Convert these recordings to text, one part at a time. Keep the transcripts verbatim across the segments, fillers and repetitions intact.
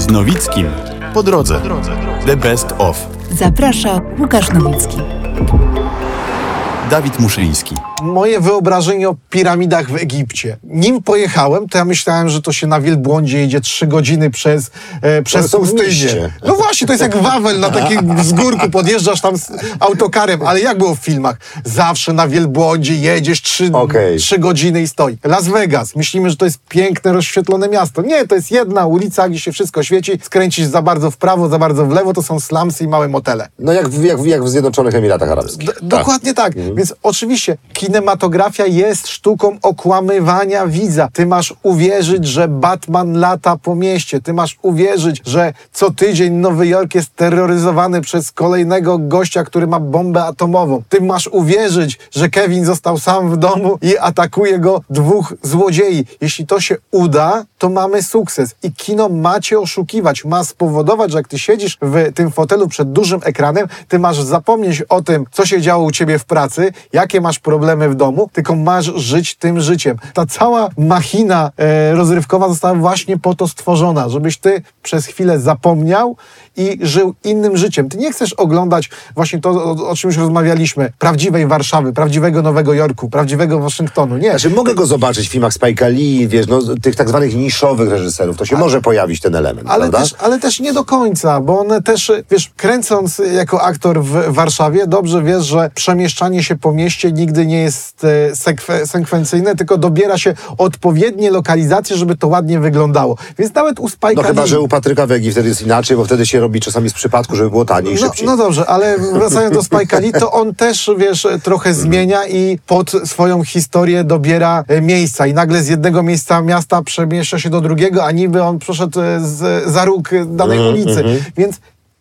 Z Nowickim po drodze. The Best of. Zaprasza Łukasz Nowicki. Dawid Muszyński. Moje wyobrażenie o piramidach w Egipcie. Nim pojechałem, to ja myślałem, że to się na wielbłądzie jedzie trzy godziny przez, e, przez pustynię. No właśnie, to jest jak Wawel na takim wzgórku, podjeżdżasz tam z autokarem, ale jak było w filmach? Zawsze na wielbłądzie jedziesz trzy, okay. trzy godziny i stoi. Las Vegas. Myślimy, że to jest piękne, rozświetlone miasto. Nie, to jest jedna ulica, gdzie się wszystko świeci. Skręcisz za bardzo w prawo, za bardzo w lewo, to są slumsy i małe motele. No jak, w, jak, jak w Zjednoczonych Emiratach Arabskich. D- tak. Dokładnie tak. Mhm. Więc oczywiście kinematografia jest sztuką okłamywania widza. Ty masz uwierzyć, że Batman lata po mieście. Ty masz uwierzyć, że co tydzień Nowy Jork jest terroryzowany przez kolejnego gościa, który ma bombę atomową. Ty masz uwierzyć, że Kevin został sam w domu i atakuje go dwóch złodziei. Jeśli to się uda, to mamy sukces. I kino ma cię oszukiwać. Ma spowodować, że jak ty siedzisz w tym fotelu przed dużym ekranem, ty masz zapomnieć o tym, co się działo u ciebie w pracy, jakie masz problemy w domu, tylko masz żyć tym życiem. Ta cała machina e, rozrywkowa została właśnie po to stworzona, żebyś ty przez chwilę zapomniał i żył innym życiem. Ty nie chcesz oglądać właśnie to, o, o czym już rozmawialiśmy, prawdziwej Warszawy, prawdziwego Nowego Jorku, prawdziwego Waszyngtonu. Nie. Znaczy, mogę go zobaczyć w filmach Spike'a Lee, wiesz, no, tych tak zwanych niszowych reżyserów, to się ale, może pojawić ten element, ale prawda? Też, ale też nie do końca, bo one też, wiesz, kręcąc jako aktor w Warszawie, dobrze wiesz, że przemieszczanie się po mieście nigdy nie jest e, sekwe, sekwencyjne, tylko dobiera się odpowiednie lokalizacje, żeby to ładnie wyglądało. Więc nawet u Spike'a No chyba, Lee... że u Patryka Wegi wtedy jest inaczej, bo wtedy się robi czasami z przypadku, żeby było taniej i no, szybciej. No dobrze, ale wracając do Spike'a Lee, to on też, wiesz, trochę zmienia i pod swoją historię dobiera e, miejsca i nagle z jednego miejsca miasta przemieszcza się do drugiego, a niby on przeszedł z, za róg danej mm, ulicy. Mm-hmm. Więc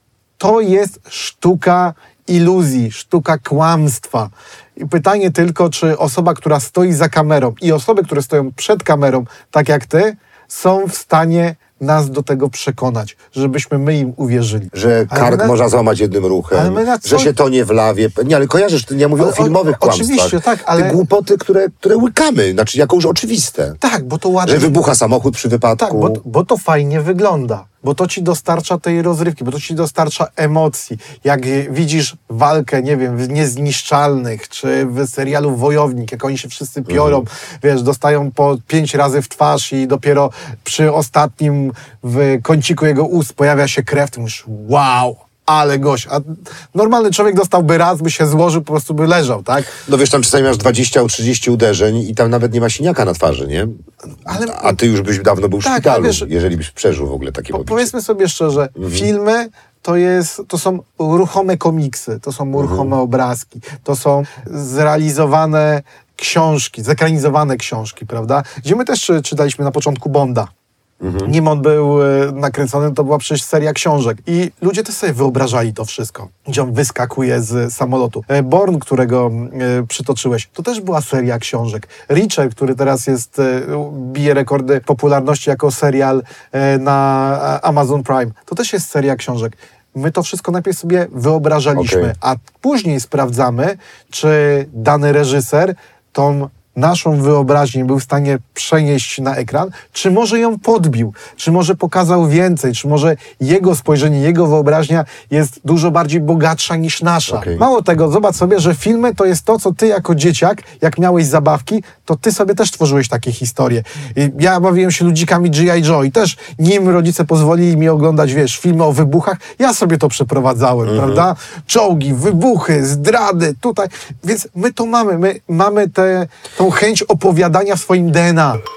to jest sztuka iluzji, sztuka kłamstwa. I pytanie tylko, czy osoba, która stoi za kamerą i osoby, które stoją przed kamerą, tak jak ty, są w stanie nas do tego przekonać, żebyśmy my im uwierzyli. Że kark na... można złamać jednym ruchem, co... że się to nie wlawie. Nie, ale kojarzysz, ja mówię ale, o filmowych o, kłamstwach. Oczywiście, tak, ale... Te głupoty, które, które łykamy, znaczy jako już oczywiste. Tak, bo to ładnie... Że wybucha samochód przy wypadku. Tak, bo, bo to fajnie wygląda. Bo to ci dostarcza tej rozrywki, bo to ci dostarcza emocji. Jak widzisz walkę, nie wiem, w Niezniszczalnych, czy w serialu Wojownik, jak oni się wszyscy piorą, mhm. wiesz, dostają po pięć razy w twarz i dopiero przy ostatnim w kąciku jego ust pojawia się krew, ty mówisz, wow, ale gość. A normalny człowiek dostałby raz, by się złożył, po prostu by leżał, tak? No wiesz, tam czasami masz dwadzieścia trzydzieści uderzeń i tam nawet nie ma siniaka na twarzy, nie? Ale, a ty już byś dawno był w tak, szpitalu, wiesz, jeżeli byś przeżył w ogóle takie po, pobicie. Powiedzmy sobie szczerze, mhm. filmy to, jest, to są ruchome komiksy, to są ruchome mhm. obrazki, to są zrealizowane książki, zekranizowane książki, prawda? Gdzie my też czytaliśmy na początku Bonda. Mhm. Nim on był e, nakręcony, to była przecież seria książek. I ludzie też sobie wyobrażali to wszystko. Gdzie on wyskakuje z samolotu. E, Born, którego e, przytoczyłeś, to też była seria książek. Reacher, który teraz jest, e, bije rekordy popularności jako serial e, na Amazon Prime, to też jest seria książek. My to wszystko najpierw sobie wyobrażaliśmy, okay. a później sprawdzamy, czy dany reżyser tą naszą wyobraźnię był w stanie przenieść na ekran, czy może ją podbił, czy może pokazał więcej, czy może jego spojrzenie, jego wyobraźnia jest dużo bardziej bogatsza niż nasza. Okay. Mało tego, zobacz sobie, że filmy to jest to, co ty jako dzieciak, jak miałeś zabawki, to ty sobie też tworzyłeś takie historie. Ja bawiłem się ludzikami G I Joe i też nim rodzice pozwolili mi oglądać, wiesz, filmy o wybuchach, ja sobie to przeprowadzałem, mm-hmm. prawda? Czołgi, wybuchy, zdrady, tutaj. Więc my to mamy, my mamy te, tą chęć opowiadania w swoim D N A.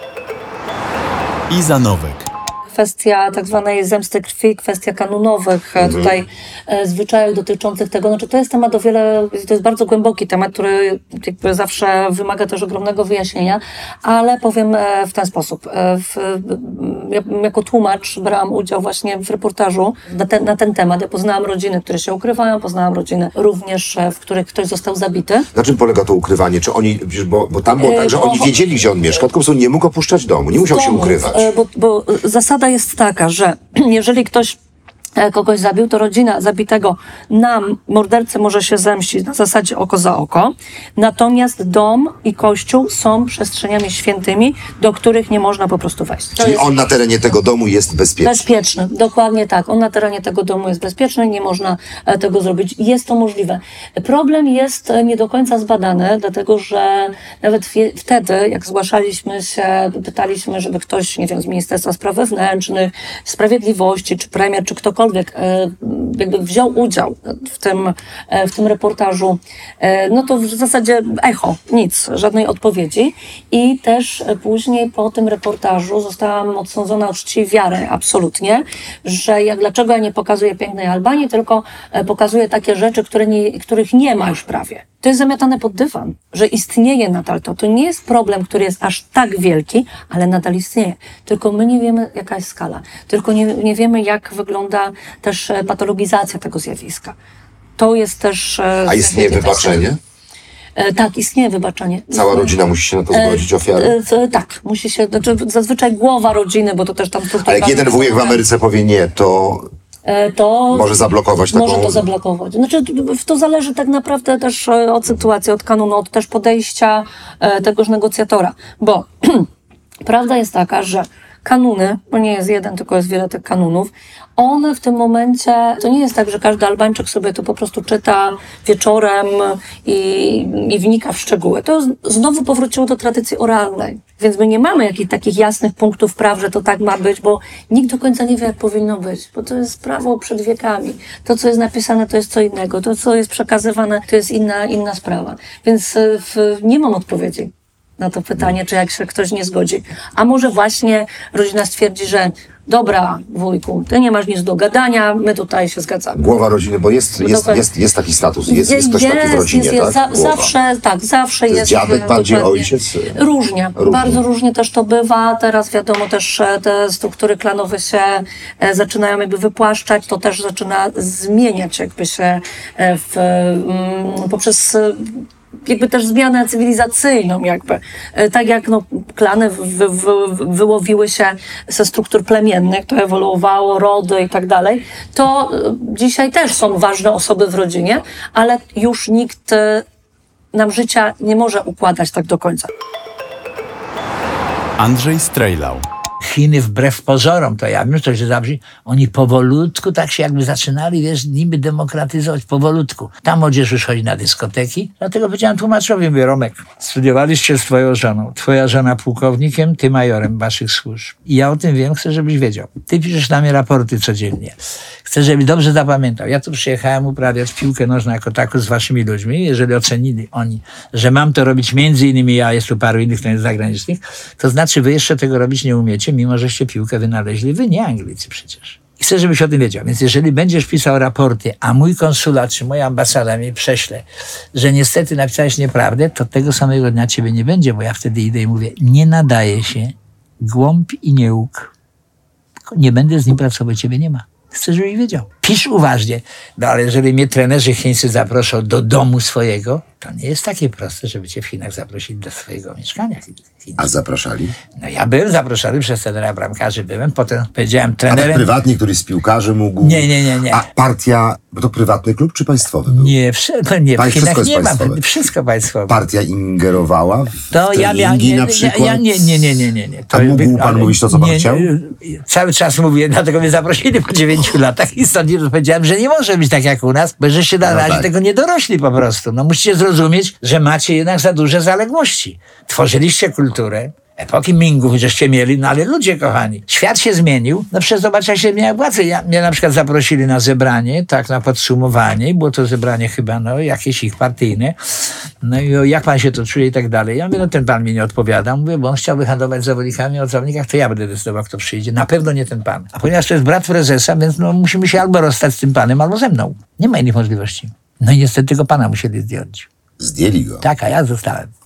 Iza Nowek. Kwestia tak zwanej zemsty krwi, kwestia kanunowych mm-hmm. tutaj e, zwyczajów dotyczących tego. Znaczy to jest temat o wiele, to jest bardzo głęboki temat, który jakby zawsze wymaga też ogromnego wyjaśnienia, ale powiem e, w ten sposób. E, w, ja, jako tłumacz brałam udział właśnie w reportażu na ten, na ten temat. Ja poznałam rodziny, które się ukrywają, poznałam rodziny również, w których ktoś został zabity. Na czym polega to ukrywanie? Czy oni, bo, bo tam było tak, że oni wiedzieli, gdzie on mieszka, tylko po prostu nie mógł opuszczać domu, nie musiał się ukrywać. Bo, bo zasada jest taka, że jeżeli ktoś kogoś zabił, to rodzina zabitego na mordercy może się zemścić na zasadzie oko za oko. Natomiast dom i kościół są przestrzeniami świętymi, do których nie można po prostu wejść. To Czyli jest... on na terenie tego domu jest bezpieczny. Bezpieczny, dokładnie tak. On na terenie tego domu jest bezpieczny, nie można tego zrobić. Jest to możliwe. Problem jest nie do końca zbadany, dlatego że nawet w- wtedy, jak zgłaszaliśmy się, pytaliśmy, żeby ktoś, nie wiem, z Ministerstwa Spraw Wewnętrznych, Sprawiedliwości, czy premier, czy ktokolwiek jakby wziął udział w tym, w tym reportażu, no to w zasadzie echo, nic, żadnej odpowiedzi. I też później po tym reportażu zostałam odsądzona o czci i wiarę, absolutnie, że jak, dlaczego ja nie pokazuję pięknej Albanii, tylko pokazuję takie rzeczy, które nie, których nie ma już prawie. To jest zamiatane pod dywan, że istnieje nadal to. To nie jest problem, który jest aż tak wielki, ale nadal istnieje. Tylko my nie wiemy, jaka jest skala. Tylko nie, nie wiemy, jak wygląda też patologizacja tego zjawiska. To jest też... A istnieje wybaczenie? E, tak, istnieje wybaczenie. Cała rodzina musi się na to zgodzić, ofiary? E, e, tak, musi się, znaczy zazwyczaj głowa rodziny, bo to też tam... Ale jak jeden wujek w Ameryce powie nie, to... To może zablokować taką... Może to zablokować. Znaczy, to zależy tak naprawdę też od sytuacji, od kanonu, od też podejścia tegoż negocjatora. Bo prawda jest taka, że kanuny, bo nie jest jeden, tylko jest wiele tych kanunów, one w tym momencie, to nie jest tak, że każdy Albańczyk sobie to po prostu czyta wieczorem i, i wnika w szczegóły. To znowu powróciło do tradycji oralnej. Więc my nie mamy jakichś takich jasnych punktów praw, że to tak ma być, bo nikt do końca nie wie, jak powinno być. Bo to jest prawo przed wiekami. To, co jest napisane, to jest co innego. To, co jest przekazywane, to jest inna, inna sprawa. Więc w, nie mam odpowiedzi na to pytanie, czy jak się ktoś nie zgodzi. A może właśnie rodzina stwierdzi, że dobra, wujku, ty nie masz nic do gadania, my tutaj się zgadzamy. Głowa rodziny, bo jest, jest, jest, jest taki status, jest, jest ktoś jest, taki w rodzinie, jest, jest, tak? Za, zawsze, tak, zawsze to jest. jest dziadek bardziej, dokładnie. ojciec? Różnie, różnie, bardzo różnie też to bywa. Teraz wiadomo też te struktury klanowe się zaczynają jakby wypłaszczać, to też zaczyna zmieniać jakby się w, poprzez jakby też zmianę cywilizacyjną jakby. Tak jak no, klany wy, wy, wyłowiły się ze struktur plemiennych, to ewoluowało, rody i tak dalej, to dzisiaj też są ważne osoby w rodzinie, ale już nikt nam życia nie może układać tak do końca. Andrzej Strejlał. Chiny wbrew pozorom, to ja wiem, że to się zabrzmi, oni powolutku tak się jakby zaczynali, wiesz, niby demokratyzować, powolutku. Ta młodzież już chodzi na dyskoteki, dlatego powiedziałem tłumaczowi, mówię, Romek, studiowaliście z twoją żoną, twoja żona pułkownikiem, ty majorem waszych służb. I ja o tym wiem, chcę, żebyś wiedział. Ty piszesz na mnie raporty codziennie. Chcę, żebyś dobrze zapamiętał. Ja tu przyjechałem uprawiać piłkę nożną jako taką z waszymi ludźmi. Jeżeli ocenili oni, że mam to robić między innymi ja, jest tu paru innych klient zagranicznych, to znaczy wy jeszcze tego robić nie umiecie, mimo żeście piłkę wynaleźli. Wy nie Anglicy przecież. I chcę, żebyś o tym wiedział. Więc jeżeli będziesz pisał raporty, a mój konsulat czy moja ambasada mi prześle, że niestety napisałeś nieprawdę, to tego samego dnia ciebie nie będzie, bo ja wtedy idę i mówię, nie nadaje się, głąb i nieuk. Nie będę z nim pracował, ciebie nie ma. Chcę, żebyś wiedział. Pisz uważnie. No ale jeżeli mnie trenerzy chińscy zaproszą do domu swojego, to nie jest takie proste, żeby cię w Chinach zaprosili do swojego mieszkania. A zapraszali? No ja byłem zaproszony przez trenera bramkarzy, byłem, potem powiedziałem trenerem... A tak prywatnie, któryś z piłkarzy mógł... Nie, nie, nie, nie. A partia, bo to prywatny klub czy państwowy był? Nie, no nie w Chinach nie ma. Wszystko państwowe. Partia ingerowała w to ja miałem, nie, na przykład? Ja, ja, nie, nie, nie, nie, nie, nie. To A mógł pan mówić to, co pan nie, chciał? Nie, cały czas mówię, dlatego mnie zaprosili po dziewięciu latach i stąd powiedziałem, że nie może być tak jak u nas, bo żeście na razie no tak. tego nie dorośli po prostu. No musicie zrozumieć, że macie jednak za duże zaległości. Tworzyliście kulturę, epoki Mingów, żeście mieli, no ale ludzie kochani, świat się zmienił, no przecież zobacz, jak się miała władzę. Ja, mnie na przykład zaprosili na zebranie, tak na podsumowanie, było to zebranie chyba, no jakieś ich partyjne, no i jak pan się to czuje i tak dalej. Ja mówię, no ten pan mi nie odpowiada, mówię, bo on chciał wyhandlować z zawodnikami, o zawodnikach, to ja będę decydował, kto przyjdzie, na pewno nie ten pan. A ponieważ to jest brat prezesa, więc no musimy się albo rozstać z tym panem, albo ze mną. Nie ma innych możliwości. No i niestety tego pana musieli zdjąć. Zdjęli go? Tak, a ja zostałem.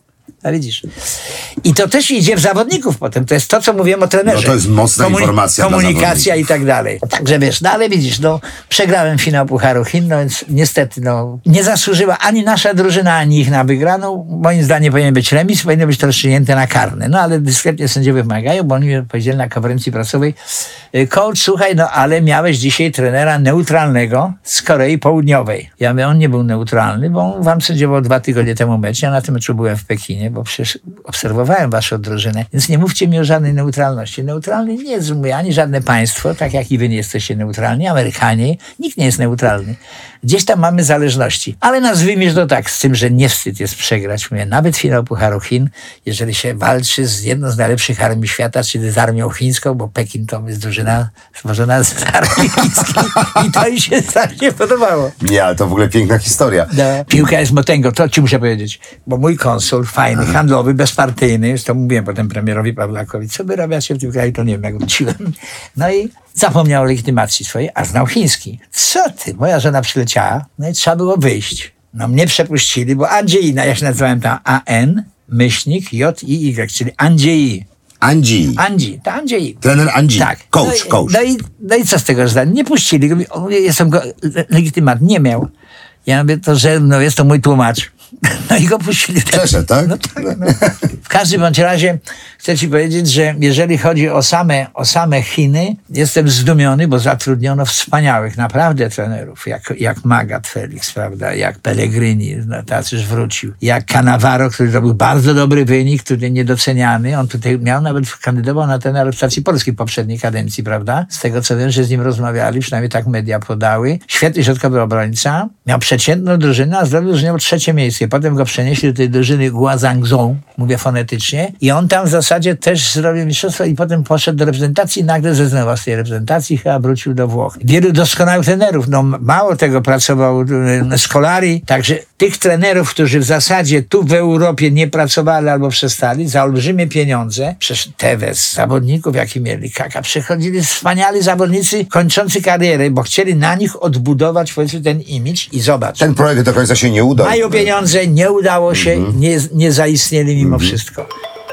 A widzisz. I to też idzie w zawodników potem. To jest to, co mówiłem o trenerze. No to jest mocna Komuni- informacja Komunikacja i tak dalej. Także wiesz, no ale widzisz, no przegrałem finał Pucharu Chin, no więc niestety, no nie zasłużyła ani nasza drużyna, ani ich na wygraną. Moim zdaniem powinien być remis, powinien być to rozstrzygnięte na karny. No ale dyskretnie sędziowie wymagają, bo oni powiedzieli na konferencji prasowej: coach, słuchaj, no ale miałeś dzisiaj trenera neutralnego z Korei Południowej. Ja mówię, on nie był neutralny, bo on wam sędziował dwa tygodnie temu mecz. Ja na tym meczu byłem w Pekinie, bo przecież obserwowałem waszą drużynę, więc nie mówcie mi o żadnej neutralności. Neutralny nie jest, mówię, ani żadne państwo, tak jak i wy nie jesteście neutralni, Amerykanie, nikt nie jest neutralny. Gdzieś tam mamy zależności. Ale nazwijmy to tak, z tym, że nie wstyd jest przegrać. Mówię, nawet finał Pucharu Chin, jeżeli się walczy z jedną z najlepszych armii świata, czyli z armią chińską, bo Pekin to jest drużyna stworzona z armii chińskiej i to mi się strasznie podobało. Nie, ale to w ogóle piękna historia. No, piłka jest motęgą, to ci muszę powiedzieć. Bo mój konsul, fajny, handlowy, bezpartyjny, to mówiłem potem premierowi Pawlakowi, co wy robiacie w tym kraju, to nie wiem, jak wróciłem. No i zapomniał o legitymacji swojej, a znał chiński. Co ty? Moja żona przyleciała, no i trzeba było wyjść. No mnie przepuścili, bo Andziejina, ja się nazywałem tam A N, myślnik, J I Y, czyli Andziei. Andzi. Andzi, to Andzi. Trener Andzi. Tak. Coach, no i, coach. No i, no i co z tego zdania? Nie puścili go. Mówię, jestem go, legitymat nie miał. Ja mówię, to że no jest to mój tłumacz. No i go puścili. Przeszedł, tak? No tak, no. W każdym bądź razie chcę ci powiedzieć, że jeżeli chodzi o same, o same Chiny, jestem zdumiony, bo zatrudniono wspaniałych, naprawdę trenerów, jak, jak Magat Felix, prawda, jak Pellegrini, no, tacyż wrócił, jak Cannavaro, który zrobił bardzo dobry wynik, który niedoceniany. On tutaj miał, nawet kandydował na trenera reprezentacji Polski w poprzedniej kadencji, prawda? Z tego co wiem, że z nim rozmawiali, przynajmniej tak media podały. Świetny środkowy obrońca, miał przeciętną drużynę, a zrobił z nią trzecie miejsce. Potem go przenieśli do tej drużyny Guangzhou, mówię fonetycznie, i on tam w zasadzie też zrobił mistrzostwo i potem poszedł do reprezentacji i nagle zrezygnował z tej reprezentacji, chyba wrócił do Włoch. Wielu doskonałych trenerów, no mało tego, pracował e, Scolari, także tych trenerów, którzy w zasadzie tu w Europie nie pracowali albo przestali, za olbrzymie pieniądze, przecież Tevez, zawodników jaki mieli, Kaka, przychodzili wspaniali zawodnicy kończący karierę, bo chcieli na nich odbudować powiedzmy ten imidż i zobacz. Ten projekt do końca się nie udał. Mają pieniądze, nie udało się, mm-hmm. nie, nie zaistnieli mimo mm-hmm. wszystko.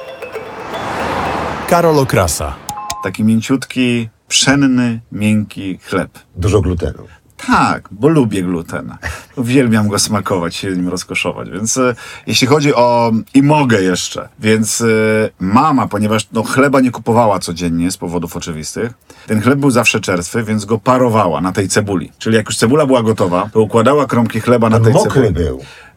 Karol Okrasa. Taki mięciutki, pszenny, miękki chleb. Dużo glutenu. Tak, bo lubię gluten. Uwielbiam go smakować, się nim rozkoszować. Więc e, jeśli chodzi o... I mogę jeszcze. Więc e, mama, ponieważ no, chleba nie kupowała codziennie z powodów oczywistych, ten chleb był zawsze czerstwy, więc go parowała na tej cebuli. Czyli jak już cebula była gotowa, to układała kromki chleba na tej mokry cebuli. był.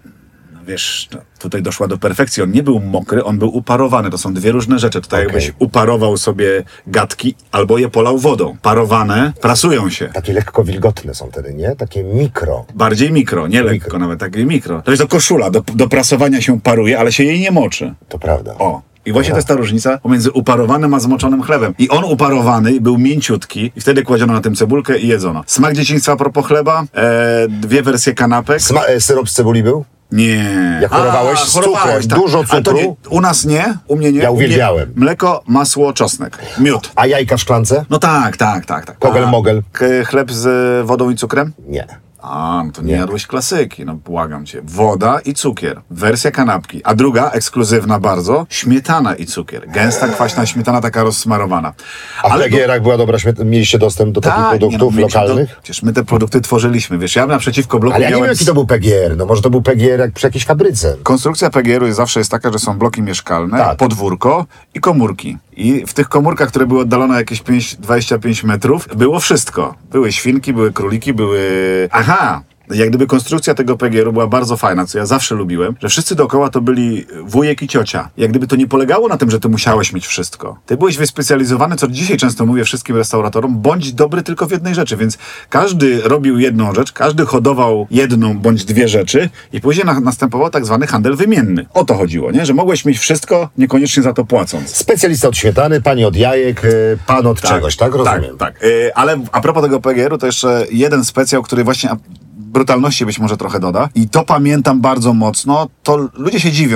Wiesz, no, tutaj doszła do perfekcji. On nie był mokry, on był uparowany. To są dwie różne rzeczy. Tutaj okay. jakbyś uparował sobie gadki albo je polał wodą. Parowane prasują się. Takie lekko wilgotne są wtedy, nie? Takie mikro. Bardziej mikro, nie lekko, mikro. Nawet takie mikro. To jest to koszula. Do, do prasowania się paruje, ale się jej nie moczy. To prawda. O. I właśnie to jest ta różnica pomiędzy uparowanym a zmoczonym chlebem. I on uparowany był mięciutki i wtedy kładziono na tym cebulkę i jedzono. Smak dzieciństwa a propos chleba, e, dwie wersje kanapek. Sma- e, syrop z cebuli był? Nie. Jak chorowałeś z cukrem, tak. Dużo cukru. Nie, u nas nie, u mnie nie. Ja uwielbiałem. Nie. Mleko, masło, czosnek, miód. A jajka w szklance? No tak, tak, tak. tak. Kogel mogel? K- chleb z wodą i cukrem? Nie. A, no to nie, nie jadłeś klasyki, no błagam cię. Woda i cukier. Wersja kanapki. A druga, ekskluzywna bardzo, śmietana i cukier. Gęsta, kwaśna śmietana, taka rozsmarowana. A w P G R-ach była dobra śmietana? Mieliście dostęp do takich tak, produktów nie, no, lokalnych? Do, przecież my te produkty tworzyliśmy, wiesz, ja naprzeciwko bloku Ale ja nie miałem... wiem, jaki to był P G R. No może to był P G R jak przy jakiejś fabryce. Konstrukcja P G R-u jest zawsze jest taka, że są bloki mieszkalne, tak. podwórko i komórki. I w tych komórkach, które były oddalone jakieś pięć, dwadzieścia pięć metrów, było wszystko. Były świnki, były króliki, były... Aha! Jak gdyby konstrukcja tego P G R-u była bardzo fajna, co ja zawsze lubiłem, że wszyscy dookoła to byli wujek i ciocia. Jak gdyby to nie polegało na tym, że ty musiałeś mieć wszystko. Ty byłeś wyspecjalizowany, co dzisiaj często mówię wszystkim restauratorom, bądź dobry tylko w jednej rzeczy, więc każdy robił jedną rzecz, każdy hodował jedną bądź dwie rzeczy i później na- następował tak zwany handel wymienny. O to chodziło, nie? Że mogłeś mieć wszystko, niekoniecznie za to płacąc. Specjalista od śmietany, pani od jajek, pan od tak, czegoś, tak? Rozumiem. Tak, tak. Yy, ale a propos tego P G R-u, to jeszcze jeden specjał, który właśnie... brutalności być może trochę doda. I to pamiętam bardzo mocno. To ludzie się dziwią, jak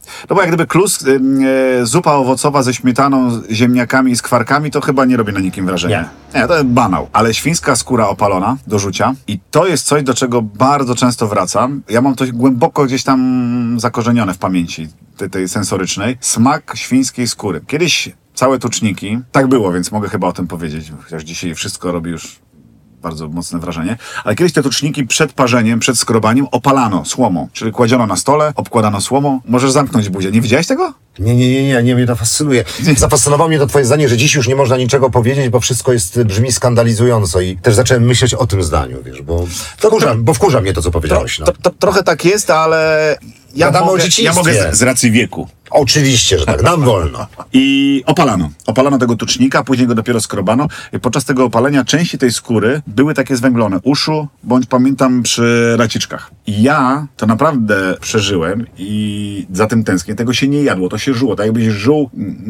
No bo jak gdyby klus, y, y, zupa owocowa ze śmietaną, ziemniakami i skwarkami, to chyba nie robi na nikim wrażenia. Nie. Nie, to jest banał. Ale świńska skóra opalona do rzucia i to jest coś, do czego bardzo często wracam. Ja mam to głęboko gdzieś tam zakorzenione w pamięci tej, tej sensorycznej. Smak świńskiej skóry. Kiedyś całe tuczniki, tak było, więc mogę chyba o tym powiedzieć, chociaż dzisiaj wszystko robi już bardzo mocne wrażenie, ale kiedyś te tuczniki przed parzeniem, przed skrobaniem opalano słomą, czyli kładziono na stole, obkładano słomą. Możesz zamknąć buzię. Nie widziałeś tego? Nie, nie, nie, nie, nie, mnie to fascynuje. Zafascynowało mnie to twoje zdanie, że dziś już nie można niczego powiedzieć, bo wszystko jest, brzmi skandalizująco i też zacząłem myśleć o tym zdaniu, wiesz, bo wkurza, bo wkurza mnie to, co powiedziałeś. No. To, to, trochę tak jest, ale ja Gadamy mogę, o dzieciństwie. ja mogę z, z racji wieku. Oczywiście, że tak, nam wolno. I opalano. Opalano tego tucznika, później go dopiero skrobano. I podczas tego opalenia części tej skóry były takie zwęglone. Uszu, bądź pamiętam przy raciczkach. I ja to naprawdę przeżyłem i za tym tęsknię. Tego się nie jadło, to się żuło. Tak jakbyś żuł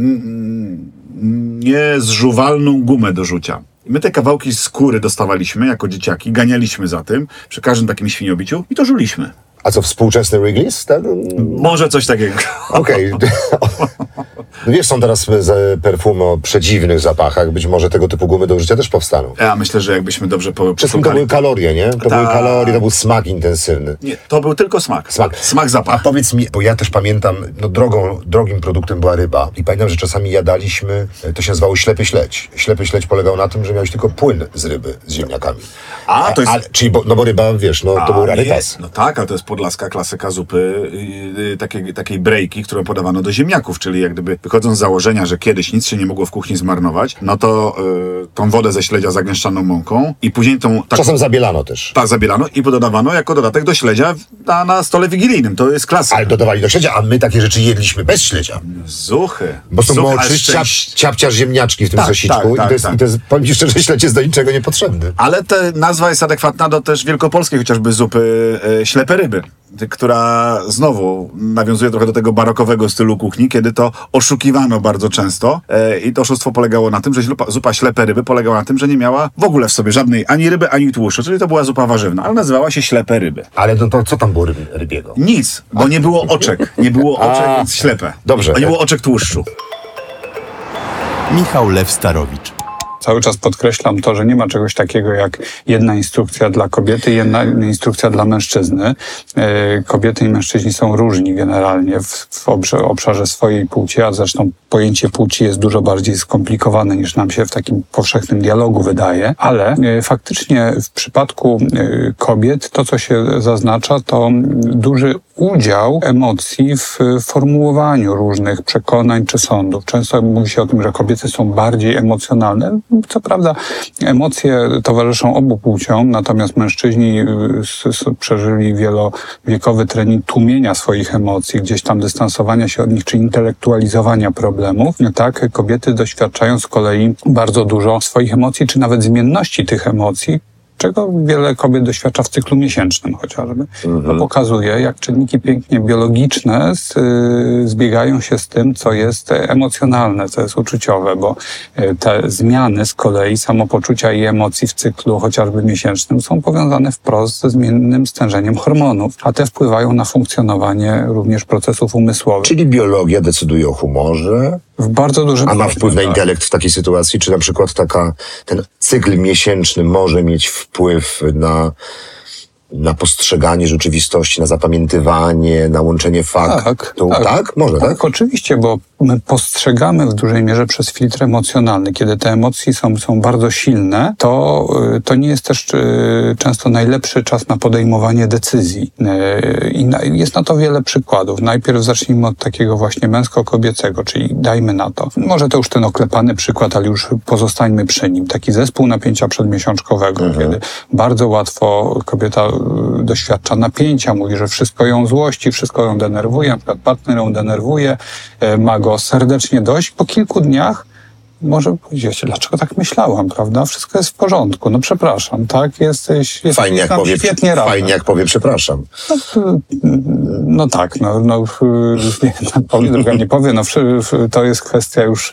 niezżuwalną gumę do rzucia. I my te kawałki skóry dostawaliśmy jako dzieciaki, ganialiśmy za tym przy każdym takim świniobiciu i to żuliśmy. A co, współczesny Wrigley's? Tak? Może coś takiego. Okej. Okay. No wiesz, są teraz perfumy o przedziwnych zapachach. Być może tego typu gumy do użycia też powstaną. Ja myślę, że jakbyśmy dobrze po, Wszystkim to były kalorie, nie? To Ta... były kalorie, to był smak intensywny. Nie, to był tylko smak. Smak. Smak, zapach. A powiedz mi, bo ja też pamiętam, no drogą, drogim produktem była ryba. I pamiętam, że czasami jadaliśmy, to się nazywało ślepy śledź. Ślepy śledź polegał na tym, że miałeś tylko płyn z ryby, z ziemniakami. A, to jest... A, czyli, bo, no bo ryba, wiesz, no to A, był rarytas. No tak, ale to jest podlaska klasyka zupy, yy, takiej, takiej brejki, którą podawano do ziemniaków, czyli jak gdyby wychodząc z założenia, że kiedyś nic się nie mogło w kuchni zmarnować, no to yy, tą wodę ze śledzia zagęszczaną mąką i później tą... Tak, czasem zabielano też. Tak, zabielano i dodawano jako dodatek do śledzia na, na stole wigilijnym. To jest klasyka. Ale dodawali do śledzia, a my takie rzeczy jedliśmy bez śledzia. Zuchy. Bo są moczy, ciap, ciapciarz ziemniaczki w tym tak, sosiczku tak, tak, i to jest, tak. i to jest, powiem ci szczerze, śledź jest do niczego niepotrzebny. Ale ta nazwa jest adekwatna do też wielkopolskiej chociażby zupy e, ślepe ryby, która znowu nawiązuje trochę do tego barokowego stylu kuchni, kiedy to oszukiwano bardzo często e, i to oszustwo polegało na tym, że zupa, zupa ślepe ryby polegała na tym, że nie miała w ogóle w sobie żadnej ani ryby, ani tłuszczu, czyli to była zupa warzywna, ale nazywała się ślepe ryby. Ale no to co tam było ryb, rybiego? Nic, bo A. nie było oczek. Nie było oczek, A. więc ślepe. Dobrze. A nie było oczek tłuszczu. Michał Lew-Starowicz. Cały czas podkreślam to, że nie ma czegoś takiego jak jedna instrukcja dla kobiety i jedna instrukcja dla mężczyzny. Kobiety i mężczyźni są różni generalnie w, w obszarze swojej płci, a zresztą pojęcie płci jest dużo bardziej skomplikowane niż nam się w takim powszechnym dialogu wydaje, ale faktycznie w przypadku kobiet to, co się zaznacza, to duży udział emocji w formułowaniu różnych przekonań czy sądów. Często mówi się o tym, że kobiety są bardziej emocjonalne. Co prawda emocje towarzyszą obu płciom, natomiast mężczyźni przeżyli wielowiekowy trening tłumienia swoich emocji, gdzieś tam dystansowania się od nich, czy intelektualizowania problemów. Tak, kobiety doświadczają z kolei bardzo dużo swoich emocji, czy nawet zmienności tych emocji, czego wiele kobiet doświadcza w cyklu miesięcznym chociażby. Mhm. To pokazuje, jak czynniki pięknie biologiczne z, y, zbiegają się z tym, co jest emocjonalne, co jest uczuciowe, bo y, te zmiany z kolei samopoczucia i emocji w cyklu chociażby miesięcznym są powiązane wprost ze zmiennym stężeniem hormonów, a te wpływają na funkcjonowanie również procesów umysłowych. Czyli biologia decyduje o humorze? W bardzo dużym A ma wpływ na intelekt w takiej sytuacji? Czy na przykład taka, ten cykl miesięczny może mieć wpływ na, na postrzeganie rzeczywistości, na zapamiętywanie, na łączenie faktów? Tak, tak, tak? Może, tak? Tak, oczywiście, bo my postrzegamy w dużej mierze przez filtr emocjonalny. Kiedy te emocje są, są bardzo silne, to, to nie jest też często najlepszy czas na podejmowanie decyzji. I jest na to wiele przykładów. Najpierw zacznijmy od takiego właśnie męsko-kobiecego, czyli dajmy na to. Może to już ten oklepany przykład, ale już pozostańmy przy nim. Taki zespół napięcia przedmiesiączkowego, mhm. kiedy bardzo łatwo kobieta doświadcza napięcia, mówi, że wszystko ją złości, wszystko ją denerwuje, na przykład partner ją denerwuje, ma go serdecznie dość. Po kilku dniach może powiedzieć, dlaczego tak myślałam, prawda? Wszystko jest w porządku, no przepraszam, tak? Jesteś, jesteś fajnie, jak powie, świetnie razem. Fajnie jak powie przepraszam. No, no tak, no, no jedna powie, druga nie powie, no to jest kwestia już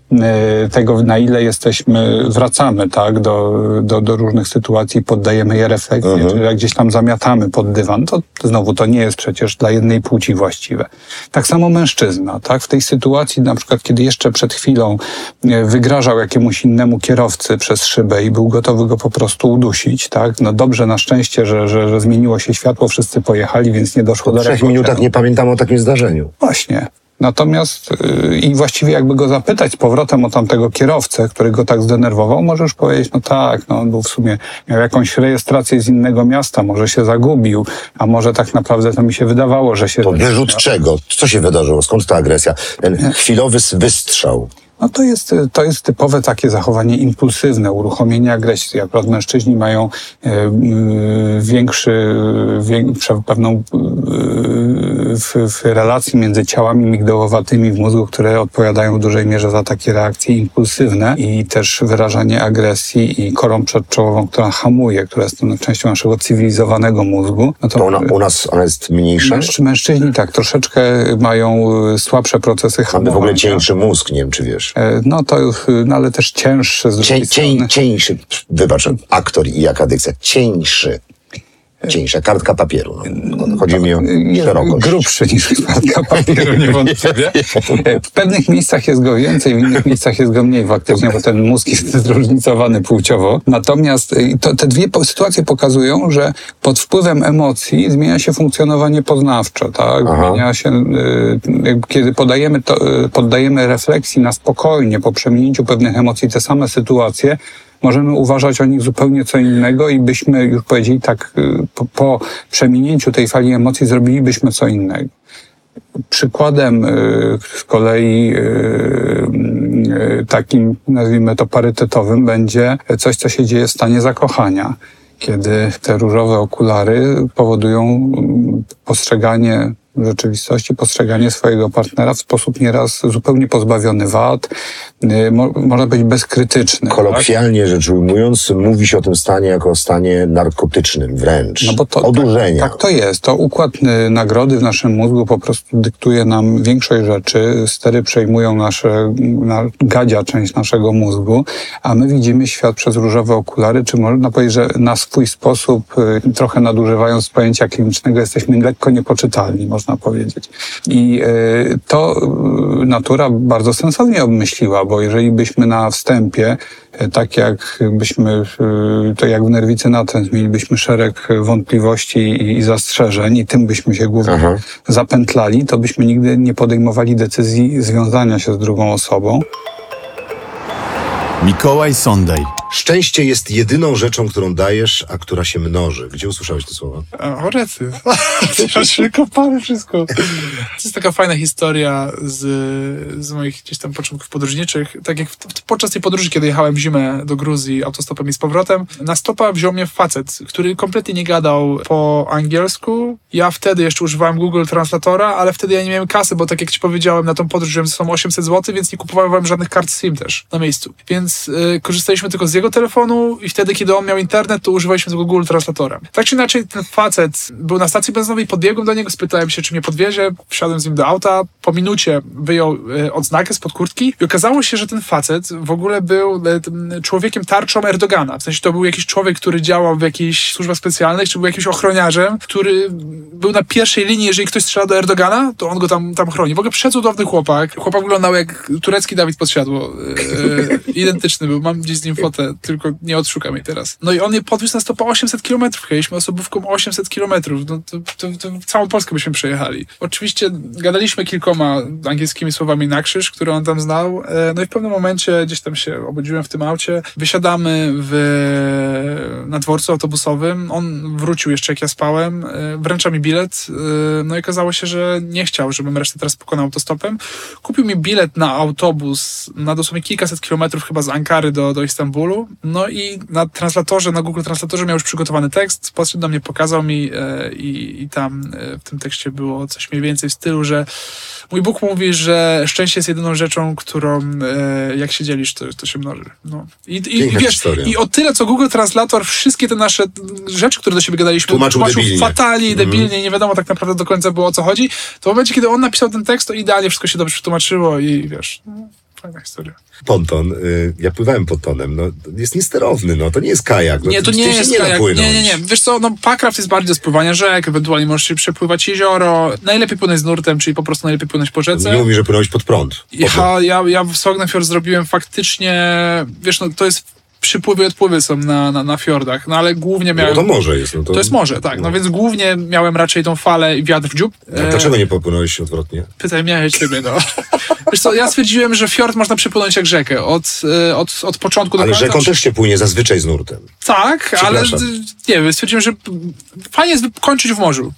tego, na ile jesteśmy, wracamy tak, do, do, do różnych sytuacji, poddajemy je refleksji, Mhm. czy jak gdzieś tam zamiatamy pod dywan, to znowu to nie jest przecież dla jednej płci właściwe. Tak samo mężczyzna, tak, w tej sytuacji na przykład, kiedy jeszcze przed chwilą wygrażał jakiemuś innemu kierowcy przez szybę i był gotowy go po prostu udusić, tak, no dobrze, na szczęście, że, że, że zmieniło się światło, wszyscy pojechali, więc nie doszło Po do trzech rekordu. minutach nie pamiętam o takim zdarzeniu. Właśnie. Natomiast yy, i właściwie jakby go zapytać z powrotem o tamtego kierowcę, który go tak zdenerwował, może już powiedzieć, no tak, no on był w sumie, miał jakąś rejestrację z innego miasta, może się zagubił, a może tak naprawdę to mi się wydawało, że się... To wyrzut czego? Co się wydarzyło? Skąd ta agresja? Ten chwilowy wystrzał. No to jest, to jest typowe takie zachowanie impulsywne, uruchomienie agresji. Akurat mężczyźni mają e, e, większy, większą pewną e, w, w relacji między ciałami migdałowatymi w mózgu, które odpowiadają w dużej mierze za takie reakcje impulsywne i też wyrażanie agresji i korą przedczołową, która hamuje, która jest częścią naszego cywilizowanego mózgu. No To ona, u nas ona jest mniejsza? Męż, mężczyźni tak, troszeczkę mają słabsze procesy Mamy hamowania. w ogóle cieńszy mózg, nie wiem czy wiesz. No to, no ale też cięższy z Cię, drugiej cień, strony. cieńszy, wybacz, aktor i jaka dykcja. Cieńszy. Cieńsza, kartka papieru. No. Chodzi mi o Jest szerokość. grubszy niż kartka papieru, niewątpliwie. W pewnych miejscach jest go więcej, w innych miejscach jest go mniej faktycznie, bo ten mózg jest zróżnicowany płciowo. Natomiast to, te dwie sytuacje pokazują, że pod wpływem emocji zmienia się funkcjonowanie poznawcze, tak? Aha. Zmienia się, kiedy podajemy to, poddajemy refleksji na spokojnie, po przeminięciu pewnych emocji te same sytuacje, możemy uważać o nich zupełnie co innego i byśmy już powiedzieli tak, po, po przeminięciu tej fali emocji zrobilibyśmy co innego. Przykładem z kolei takim, nazwijmy to parytetowym, będzie coś, co się dzieje w stanie zakochania, kiedy te różowe okulary powodują postrzeganie rzeczywistości, postrzeganie swojego partnera w sposób nieraz zupełnie pozbawiony wad, mo, można być bezkrytyczny. Kolokwialnie tak? rzecz ujmując, mówi się o tym stanie jako o stanie narkotycznym wręcz. No bo to, odurzenia. Tak, tak to jest. To układ nagrody w naszym mózgu po prostu dyktuje nam większość rzeczy. Stery przejmują nasze, na, gadzia część naszego mózgu, a my widzimy świat przez różowe okulary, czy można powiedzieć, że na swój sposób, trochę nadużywając pojęcia klinicznego, jesteśmy lekko niepoczytalni, można powiedzieć. I y, to y, natura bardzo sensownie obmyśliła, bo jeżeli byśmy na wstępie, y, tak jak byśmy, y, to jak w nerwicy natręt, mielibyśmy szereg wątpliwości i, i zastrzeżeń i tym byśmy się głównie Aha. zapętlali, to byśmy nigdy nie podejmowali decyzji związania się z drugą osobą. Mikołaj Sondaj. Szczęście jest jedyną rzeczą, którą dajesz, a która się mnoży. Gdzie usłyszałeś te słowa? O recy. Wykopane wszystko. To jest taka fajna historia z, z moich gdzieś tam początków podróżniczych. Tak jak w, podczas tej podróży, kiedy jechałem w zimę do Gruzji autostopem i z powrotem, na stopa wziął mnie facet, który kompletnie nie gadał po angielsku. Ja wtedy jeszcze używałem Google Translatora, ale wtedy ja nie miałem kasy, bo tak jak ci powiedziałem, na tą podróż wziąłem ze sobą osiemset złotych, więc nie kupowałem żadnych kart SIM też na miejscu. Więc y, korzystaliśmy tylko z jego telefonu i wtedy, kiedy on miał internet, to używaliśmy tego Google Translatora. Tak czy inaczej, ten facet był na stacji benzynowej, podbiegłem do niego, spytałem się, czy mnie podwiezie, wsiadłem z nim do auta, po minucie wyjął y, odznakę spod kurtki i okazało się, że ten facet w ogóle był y, człowiekiem tarczą Erdogana. W sensie to był jakiś człowiek, który działał w jakichś służbach specjalnych, czy był jakimś ochroniarzem, który był na pierwszej linii, jeżeli ktoś strzela do Erdogana, to on go tam, tam chroni. W ogóle przecudowny chłopak. Chłopak wyglądał jak turecki Dawid Podsiadło. Y, identyczny był. Mam gdzieś z nim fotę, tylko nie odszukam jej teraz. No i on je podwiózł na stopę osiemset kilometrów. Jechaliśmy osobówką osiemset kilometrów. No to, to, to całą Polskę byśmy przejechali. Oczywiście gadaliśmy kilkoma angielskimi słowami na krzyż, które on tam znał. No i w pewnym momencie gdzieś tam się obudziłem w tym aucie. Wysiadamy w, na dworcu autobusowym. On wrócił jeszcze jak ja spałem. Wręcza mi bilet. No i okazało się, że nie chciał, żebym resztę teraz pokonał autostopem. Kupił mi bilet na autobus na dosłownie kilkaset kilometrów chyba z Ankary do, do Istanbulu. No i na translatorze, na Google Translatorze miał już przygotowany tekst. Podszedł do mnie, pokazał mi e, i, i tam e, w tym tekście było coś mniej więcej w stylu, że mój Bóg mówi, że szczęście jest jedyną rzeczą, którą e, jak się dzielisz, to, to się mnoży. No. I, i, i wiesz, i o tyle, co Google Translator, wszystkie te nasze rzeczy, które do siebie gadaliśmy, tłumaczył debilnie. fatalnie, debilnie, mm. nie wiadomo tak naprawdę do końca było, o co chodzi. To w momencie, kiedy on napisał ten tekst, to idealnie wszystko się dobrze przetłumaczyło i wiesz... Fajna historia. Ponton, y, ja pływałem pontonem, no jest niesterowny, no to nie jest kajak. No, Nie, to nie się jest nie da kajak. płynąć. Nie, nie, nie. Wiesz co, no packraft jest bardziej do spływania rzek, ewentualnie możesz się przepływać jezioro. Najlepiej płynąć z nurtem, czyli po prostu najlepiej płynąć po rzece. Nie mówi, że płynąłeś pod prąd. Ja, ja, ja w Sognefjord zrobiłem faktycznie, wiesz, no to jest przypływy i odpływy są na, na, na fiordach, no ale głównie miałem... No to morze jest. No to... to jest morze, tak. No więc głównie miałem raczej tą falę i wiatr w dziób. A dlaczego nie popłynąłeś odwrotnie? Pytaj, miałeś ciebie, no. Wiesz co, ja stwierdziłem, że fiord można przepłynąć jak rzekę, od, od, od początku do ale końca. Ale rzeką też się płynie zazwyczaj z nurtem. Tak, ale nie wiem, stwierdziłem, że fajnie jest kończyć w morzu.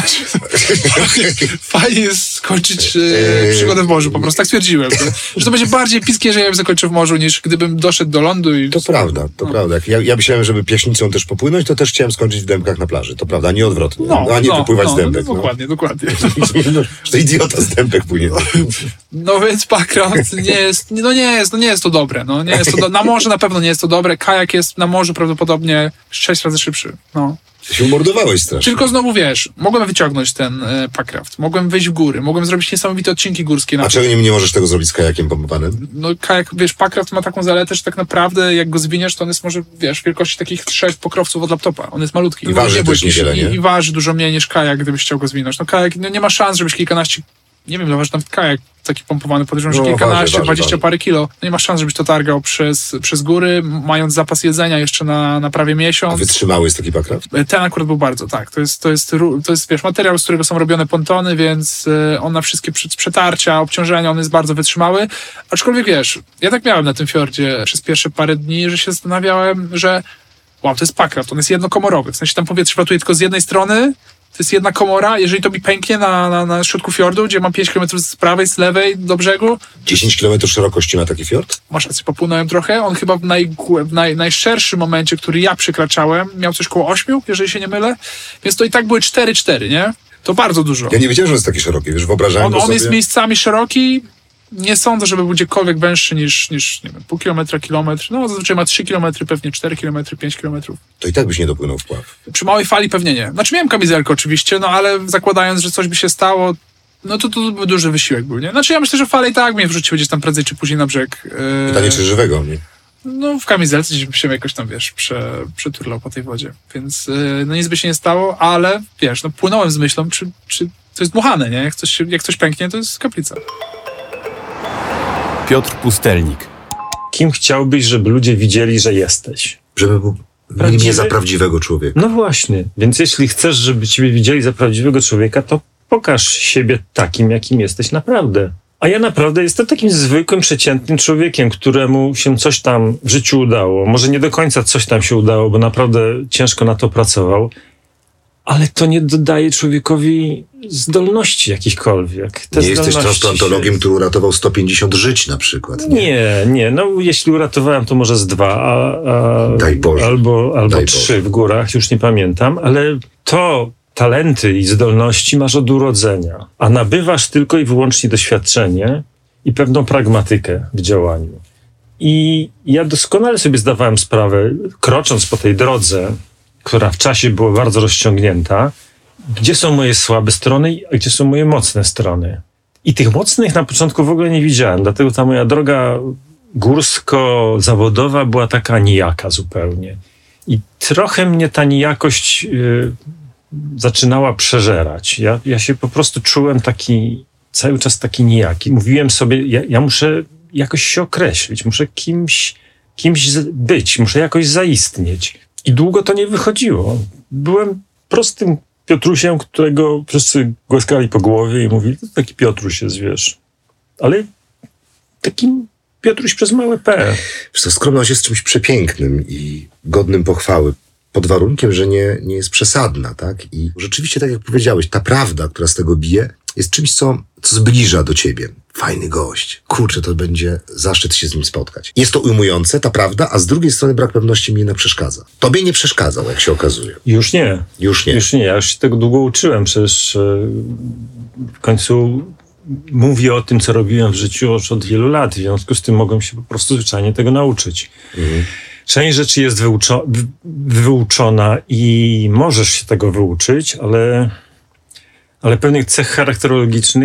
Fajnie jest skończyć e, przygodę w morzu, po prostu tak stwierdziłem. To, że to będzie bardziej epickie, że ja bym zakończył w morzu, niż gdybym doszedł do lądu. I... To prawda, to no. prawda. Ja, ja myślałem, żeby pieśnicą też popłynąć, to też chciałem skończyć w dębkach na plaży. To prawda, a nie odwrotnie. No, a nie no, wypływać no, z dębek. No, dokładnie, no. dokładnie. To idiota z dębek płynie. No więc packraft nie jest, no nie jest, no nie jest to dobre. No, nie jest to do... Na morzu na pewno nie jest to dobre. Kajak jest na morzu prawdopodobnie sześć razy szybszy. No. Ty się umordowałeś strasznie. Tylko znowu wiesz, mogłem wyciągnąć ten e, packraft, mogłem wyjść w góry, mogłem zrobić niesamowite odcinki górskie. A czego nie, nie możesz tego zrobić z kajakiem pompowanym? No kajak, wiesz, packraft ma taką zaletę, że tak naprawdę jak go zwiniesz, to on jest może, wiesz, wielkości takich trzech pokrowców od laptopa. On jest malutki. I waży też niewiele, nie? I, I waży dużo mniej niż kajak, gdybyś chciał go zwinąć. No kajak, no nie ma szans, żebyś kilkanaście, nie wiem, zobacz, tam kajak taki pompowany, podejrzewam, że no, kilkanaście, waży, dwadzieścia waży. parę kilo. No nie ma szans, żebyś to targał przez, przez góry, mając zapas jedzenia jeszcze na, na prawie miesiąc. A wytrzymały jest taki packraft? Ten akurat był bardzo, tak. To jest, to jest, to jest wiesz, materiał, z którego są robione pontony, więc on na wszystkie przetarcia, obciążenia, on jest bardzo wytrzymały. Aczkolwiek wiesz, ja tak miałem na tym fiordzie przez pierwsze parę dni, że się zastanawiałem, że wow, to jest packraft, on jest jednokomorowy. W sensie tam powietrze wlatuje tylko z jednej strony, to jest jedna komora, jeżeli to mi pęknie na, na, na środku fiordu, gdzie mam pięć kilometrów z prawej, z lewej do brzegu. dziesięć kilometrów szerokości ma taki fiord? Masz rację, popłynąłem trochę. On chyba w, naj, w naj, najszerszym momencie, który ja przekraczałem, miał coś koło ośmiu, jeżeli się nie mylę. Więc to i tak były cztery cztery, nie? To bardzo dużo. Ja nie wiedziałem, że jest taki szeroki, wiesz, wyobrażałem On, go on sobie... jest miejscami szeroki. Nie sądzę, żeby był gdziekolwiek węższy niż, niż nie wiem, pół kilometra, kilometr. No zazwyczaj ma trzy kilometry, pewnie cztery kilometry, pięć kilometrów. To i tak byś nie dopłynął w pław. Przy małej fali pewnie nie. Znaczy miałem kamizelkę oczywiście, no ale zakładając, że coś by się stało, no to to by duży wysiłek był, nie? Znaczy ja myślę, że fale i tak mnie wrzuciły gdzieś tam prędzej czy później na brzeg. Pytanie, czy żywego, nie? No w kamizelce gdzieś by się jakoś tam, wiesz, prze, przeturlał po tej wodzie. Więc yy, no nic by się nie stało, ale wiesz, no płynąłem z myślą, czy, czy to jest dmuchane, nie? Jak coś, jak coś pęknie, to jest kaplica. Piotr Pustelnik. Kim chciałbyś, żeby ludzie widzieli, że jesteś? Żeby był mieli mnie za prawdziwego człowieka. No właśnie. Więc jeśli chcesz, żeby ciebie widzieli za prawdziwego człowieka, to pokaż siebie takim, jakim jesteś naprawdę. A ja naprawdę jestem takim zwykłym, przeciętnym człowiekiem, któremu się coś tam w życiu udało. Może nie do końca coś tam się udało, bo naprawdę ciężko na to pracował. Ale to nie dodaje człowiekowi zdolności jakichkolwiek. Te nie jesteś transplantologiem, się... który uratował sto pięćdziesiąt żyć na przykład. Nie, nie. nie. No jeśli uratowałem, to może z dwa, a, a, Daj Boże. albo, albo Daj trzy Boże. w górach, już nie pamiętam, ale to talenty i zdolności masz od urodzenia, a nabywasz tylko i wyłącznie doświadczenie i pewną pragmatykę w działaniu. I ja doskonale sobie zdawałem sprawę, krocząc po tej drodze, która w czasie była bardzo rozciągnięta, gdzie są moje słabe strony, a gdzie są moje mocne strony. I tych mocnych na początku w ogóle nie widziałem, dlatego ta moja droga górsko-zawodowa była taka nijaka zupełnie. I trochę mnie ta nijakość yy, zaczynała przeżerać. Ja, ja się po prostu czułem taki, cały czas taki nijaki. Mówiłem sobie, ja, ja muszę jakoś się określić, muszę kimś, kimś być, muszę jakoś zaistnieć. I długo to nie wychodziło. Byłem prostym Piotrusiem, którego wszyscy głaskali po głowie i mówili, to taki Piotruś jest, wiesz. Ale takim Piotruś przez małe P. Wiesz co, skromność jest czymś przepięknym i godnym pochwały. Pod warunkiem, że nie, nie jest przesadna, tak? I rzeczywiście, tak jak powiedziałeś, ta prawda, która z tego bije, jest czymś, co, co zbliża do ciebie. Fajny gość. Kurczę, to będzie zaszczyt się z nim spotkać. Jest to ujmujące, ta prawda, a z drugiej strony brak pewności mi jednak przeszkadza. Tobie nie przeszkadzał, jak się okazuje. Już nie. Już nie. Już nie. Ja już się tego długo uczyłem. Przecież w końcu mówię o tym, co robiłem w życiu już od wielu lat. W związku z tym mogłem się po prostu zwyczajnie tego nauczyć. Mhm. Część rzeczy jest wyuczo- wyuczona i możesz się tego wyuczyć, ale, ale pewnych cech charakterologicznych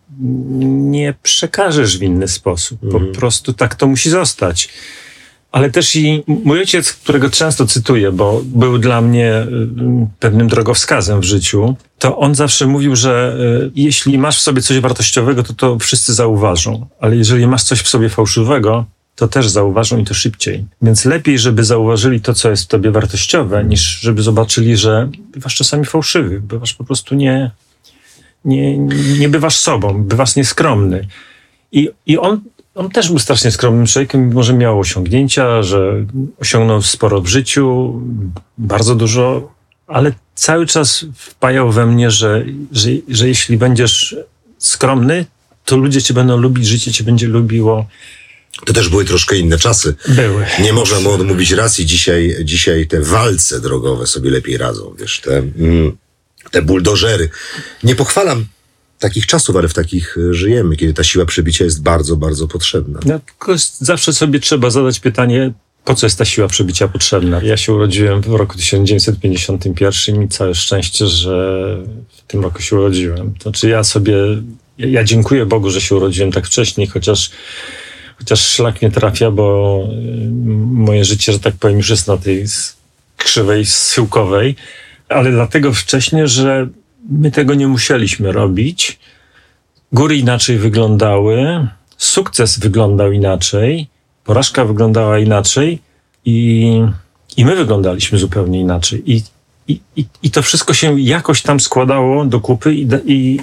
nie przekażesz w inny sposób. Po Mhm. prostu tak to musi zostać. Ale też i mój ojciec, którego często cytuję, bo był dla mnie y, pewnym drogowskazem w życiu, to on zawsze mówił, że y, jeśli masz w sobie coś wartościowego, to to wszyscy zauważą. Ale jeżeli masz coś w sobie fałszywego, to też zauważą i to szybciej. Więc lepiej, żeby zauważyli to, co jest w tobie wartościowe, niż żeby zobaczyli, że bywasz czasami fałszywy, bywasz po prostu nie, nie, nie bywasz sobą, bywasz nieskromny. I, i on On też był strasznie skromnym człowiekiem, mimo że miał osiągnięcia, że osiągnął sporo w życiu, bardzo dużo, ale cały czas wpajał we mnie, że, że, że jeśli będziesz skromny, to ludzie cię będą lubić, życie cię będzie lubiło. To też były troszkę inne czasy. Były. Nie można mu odmówić racji. Dzisiaj, dzisiaj te walce drogowe sobie lepiej radzą, wiesz, te, mm, te buldożery. Nie pochwalam takich czasów, ale w takich żyjemy, kiedy ta siła przebicia jest bardzo, bardzo potrzebna. No, tylko zawsze sobie trzeba zadać pytanie, po co jest ta siła przebicia potrzebna. Ja się urodziłem w roku tysiąc dziewięćset pięćdziesiątym pierwszym i całe szczęście, że w tym roku się urodziłem. To znaczy ja sobie, ja dziękuję Bogu, że się urodziłem tak wcześnie, chociaż Chociaż szlak nie trafia, bo moje życie, że tak powiem, już jest na tej krzywej schyłkowej, ale dlatego wcześniej, że my tego nie musieliśmy robić. Góry inaczej wyglądały, sukces wyglądał inaczej, porażka wyglądała inaczej i, i my wyglądaliśmy zupełnie inaczej. I, i, i, i to wszystko się jakoś tam składało do kupy i, i,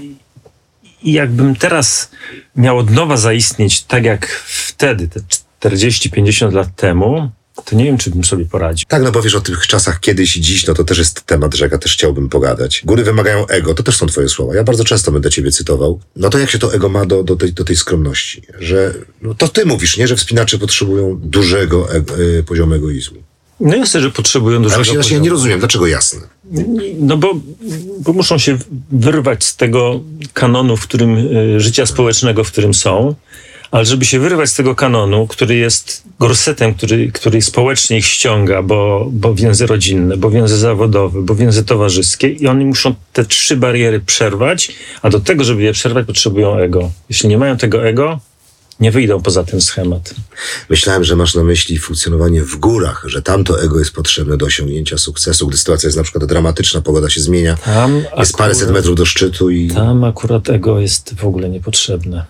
i jakbym teraz miał od nowa zaistnieć tak jak wtedy, te czterdzieści pięćdziesiąt lat temu, to nie wiem, czy bym sobie poradził. Tak, no bo wiesz, o tych czasach kiedyś i dziś, no to też jest temat rzeka, też chciałbym pogadać. Góry wymagają ego, to też są twoje słowa. Ja bardzo często będę ciebie cytował. No to jak się to ego ma do, do, tej, do tej skromności? Że, no to ty mówisz, nie? Że wspinacze potrzebują dużego ego, y, poziomu egoizmu. No jasne, że potrzebują dużego Ale właśnie, poziomu. ja nie rozumiem, dlaczego jasne? No bo, bo muszą się wyrwać z tego kanonu, w którym, y, życia społecznego, w którym są, ale żeby się wyrwać z tego kanonu, który jest gorsetem, który, który społecznie ich ściąga, bo, bo więzy rodzinne, bo więzy zawodowe, bo więzy towarzyskie i oni muszą te trzy bariery przerwać, a do tego, żeby je przerwać, potrzebują ego. Jeśli nie mają tego ego, nie wyjdą poza ten schemat. Myślałem, że masz na myśli funkcjonowanie w górach, że tam to ego jest potrzebne do osiągnięcia sukcesu, gdy sytuacja jest na przykład dramatyczna, pogoda się zmienia, Tam jest akurat, paręset metrów do szczytu i Tam akurat ego jest w ogóle niepotrzebne.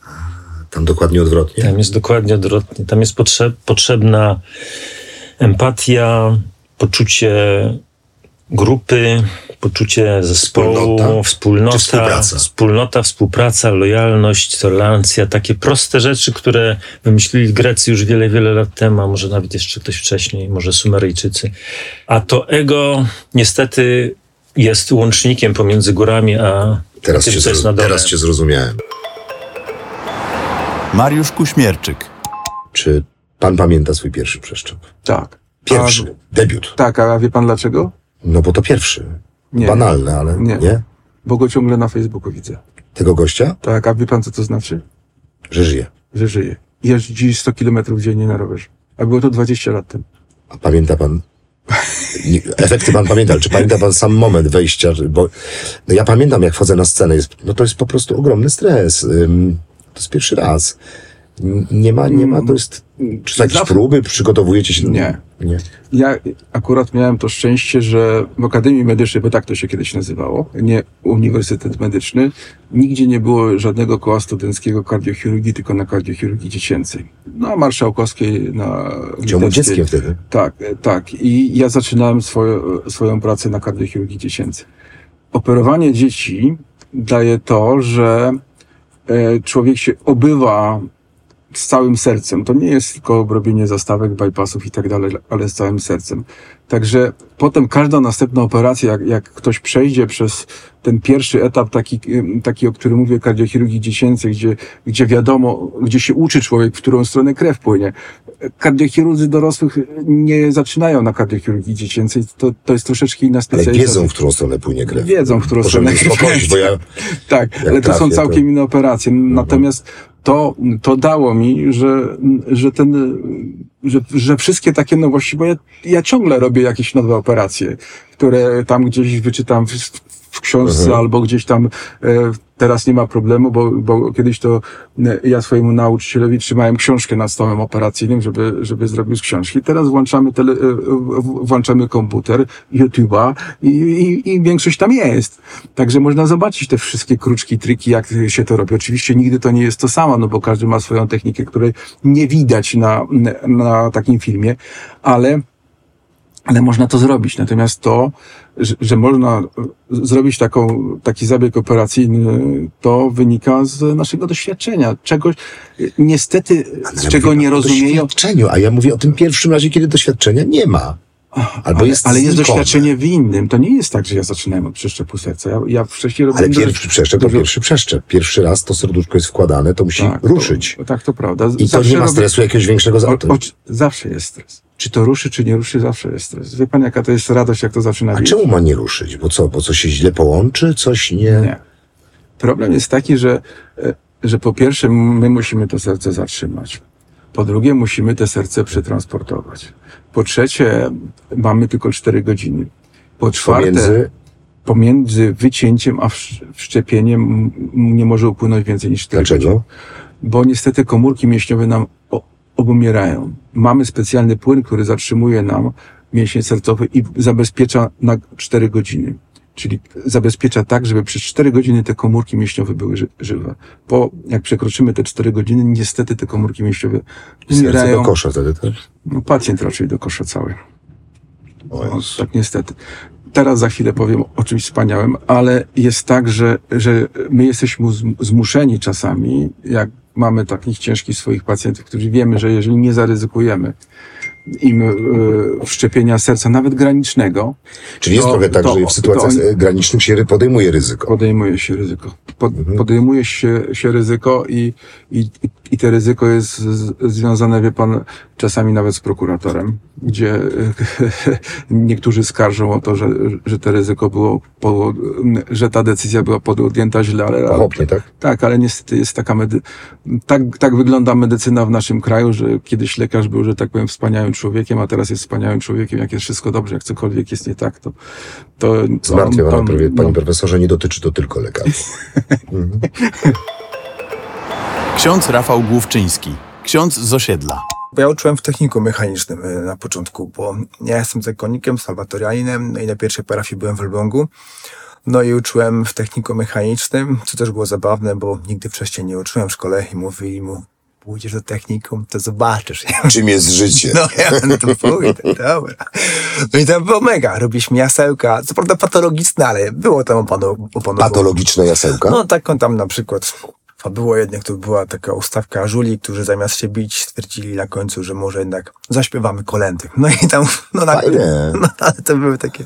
tam dokładnie odwrotnie. Tam jest dokładnie odwrotnie. Tam jest potrzeb, potrzebna empatia, poczucie grupy, poczucie zespołu, Wspólnota? wspólnota, Czy współpraca? wspólnota, współpraca, lojalność, tolerancja, takie proste rzeczy, które wymyślili Grecy już wiele, wiele lat temu, a może nawet jeszcze ktoś wcześniej, może Sumeryjczycy. A to ego niestety jest łącznikiem pomiędzy górami a Teraz, tym, cię, co jest zro- na dole. teraz cię zrozumiałem. Mariusz Kuśmierczyk. Czy pan pamięta swój pierwszy przeszczep? Tak. Pierwszy, debiut. A, tak, a wie pan dlaczego? No bo to pierwszy. Nie. Banalne, ale Nie. nie? Bo go ciągle na Facebooku widzę. Tego gościa? Tak, a wie pan co to znaczy? Że żyje. Że żyje. Jeździ sto kilometrów dziennie na rowerze. A było to dwadzieścia lat temu. A pamięta pan... Nie, efekty pan pamięta, ale czy pamięta pan sam moment wejścia? Bo no ja pamiętam, jak wchodzę na scenę. Jest, no to jest po prostu ogromny stres. Ym, to jest pierwszy raz. N- Nie ma, nie ma, to jest... Czy są jakieś Zawsze- próby? Przygotowujecie się? Nie. Nie. Ja akurat miałem to szczęście, że w Akademii Medycznej, bo tak to się kiedyś nazywało, nie Uniwersytet Medyczny, nigdzie nie było żadnego koła studenckiego kardiochirurgii, tylko na kardiochirurgii dziecięcej. Na Marszałkowskiej, na... Chciał mu Litewskiej. dzieckiem wtedy. Tak, e, tak. I ja zaczynałem swoją, swoją pracę na kardiochirurgii dziecięcej. Operowanie dzieci daje to, że e, człowiek się obywa z całym sercem. To nie jest tylko robienie zastawek, bypassów i tak dalej, ale z całym sercem. Także potem każda następna operacja, jak, jak ktoś przejdzie przez ten pierwszy etap, taki, taki o którym mówię, kardiochirurgii dziecięcej, gdzie, gdzie wiadomo, gdzie się uczy człowiek, w którą stronę krew płynie. Kardiochirurdzy dorosłych nie zaczynają na kardiochirurgii dziecięcej. To, to jest troszeczkę inna Ale specjalizacja. wiedzą, w którą stronę płynie krew. Wiedzą, w którą Proszę stronę mnie krew uspokoić, bo ja... Tak, jak ale to są trafię, całkiem to- inne operacje. Natomiast to, to dało mi, że, że ten, że, że wszystkie takie nowości, bo ja, ja ciągle robię jakieś nowe operacje, które tam gdzieś wyczytam w, w książce Mhm. albo gdzieś tam e, Teraz nie ma problemu, bo, bo kiedyś to ja swojemu nauczycielowi trzymałem książkę nad stołem operacyjnym, żeby, żeby zrobił z książki. Teraz włączamy, tele, włączamy komputer, YouTube'a i, i, i większość tam jest. Także można zobaczyć te wszystkie kruczki, triki, jak się to robi. Oczywiście nigdy to nie jest to samo, no bo każdy ma swoją technikę, której nie widać na, na takim filmie, ale ale można to zrobić. Natomiast to, że, że można zrobić taką, taki zabieg operacyjny, to wynika z naszego doświadczenia. Czegoś, niestety, Ale z ja czego mówię nie o rozumieją. doświadczeniu, a ja mówię o tym pierwszym razie, kiedy doświadczenia nie ma. Albo ale jest ale jest znikome. doświadczenie w innym. To nie jest tak, że ja zaczynałem od przeszczepu serca. Ja, ja wcześniej robiłem... Ale dużo- pierwszy przeszczep to dużo- pierwszy przeszczep. Pierwszy raz to serduszko jest wkładane, to musi Tak, ruszyć. To, tak, to prawda. I to Zawsze nie ma robię- stresu jakiegoś większego za O, tym. o, zawsze jest stres. Czy to ruszy, czy nie ruszy, zawsze jest stres. Wie pan, jaka to jest radość, jak to zaczyna A bić? czemu ma nie ruszyć? Bo co, bo coś się źle połączy? Coś nie... Nie. Problem jest taki, że, e, że po pierwsze my musimy to serce zatrzymać. Po drugie musimy te serce przetransportować. Po trzecie mamy tylko cztery godziny. Po czwarte Pomiędzy... pomiędzy wycięciem a wsz- wszczepieniem m- nie może upłynąć więcej niż cztery Dlaczego? godziny. Bo niestety komórki mięśniowe nam o- obumierają. Mamy specjalny płyn, który zatrzymuje nam mięśnie sercowe i zabezpiecza na cztery godziny. Czyli zabezpiecza tak, żeby przez cztery godziny te komórki mięśniowe były ży- żywe. Po, jak przekroczymy te cztery godziny, niestety te komórki mięśniowe Serce umierają. do kosza wtedy, tak? No, pacjent raczej do kosza cały. O No, Jezu. tak niestety. Teraz za chwilę powiem o czymś wspaniałym, ale jest tak, że, że my jesteśmy zm- zmuszeni czasami, jak mamy takich ciężkich swoich pacjentów, którzy wiemy, że jeżeli nie zaryzykujemy im y, wszczepienia serca, nawet granicznego, Czyli jest to- trochę tak, to- że w sytuacjach to oni- granicznych się podejmuje ryzyko. podejmuje się ryzyko. Pod, Mhm. Podejmuje się, się ryzyko i, i, i to ryzyko jest z, związane, wie pan, czasami nawet z prokuratorem, gdzie niektórzy skarżą o to, że, że to ryzyko było, po, że ta decyzja była podjęta źle, ale... Pochopnie, tak? Tak, ale niestety jest taka medy... tak, tak wygląda medycyna w naszym kraju, że kiedyś lekarz był, że tak powiem, wspaniałym człowiekiem, a teraz jest wspaniałym człowiekiem. Jak jest wszystko dobrze, jak cokolwiek jest nie tak, to... to Zmartwiam to- pana, prawie, panie no. profesorze, nie dotyczy to tylko lekarzy. Mhm. Ksiądz Rafał Główczyński, ksiądz z osiedla. Bo ja uczyłem w technikum mechanicznym y, na początku, bo ja jestem zakonnikiem, salwatorianinem, no i na pierwszej parafii byłem w Elblągu. No i uczyłem w technikum mechanicznym, co też było zabawne, bo nigdy wcześniej nie uczyłem w szkole i mówili mu, pójdziesz do technikum, to zobaczysz. Czym jest życie? No ja no to pójdę, dobra. No i tam było mega, robiliśmy jasełka, co prawda patologiczne, ale było tam opanowane. Patologiczne jasełka? No taką tam na przykład, a było jednak, to była taka ustawka żuli, którzy zamiast się bić stwierdzili na końcu, że może jednak zaśpiewamy kolędy. No i tam, no na, Fajne. no ale to były takie,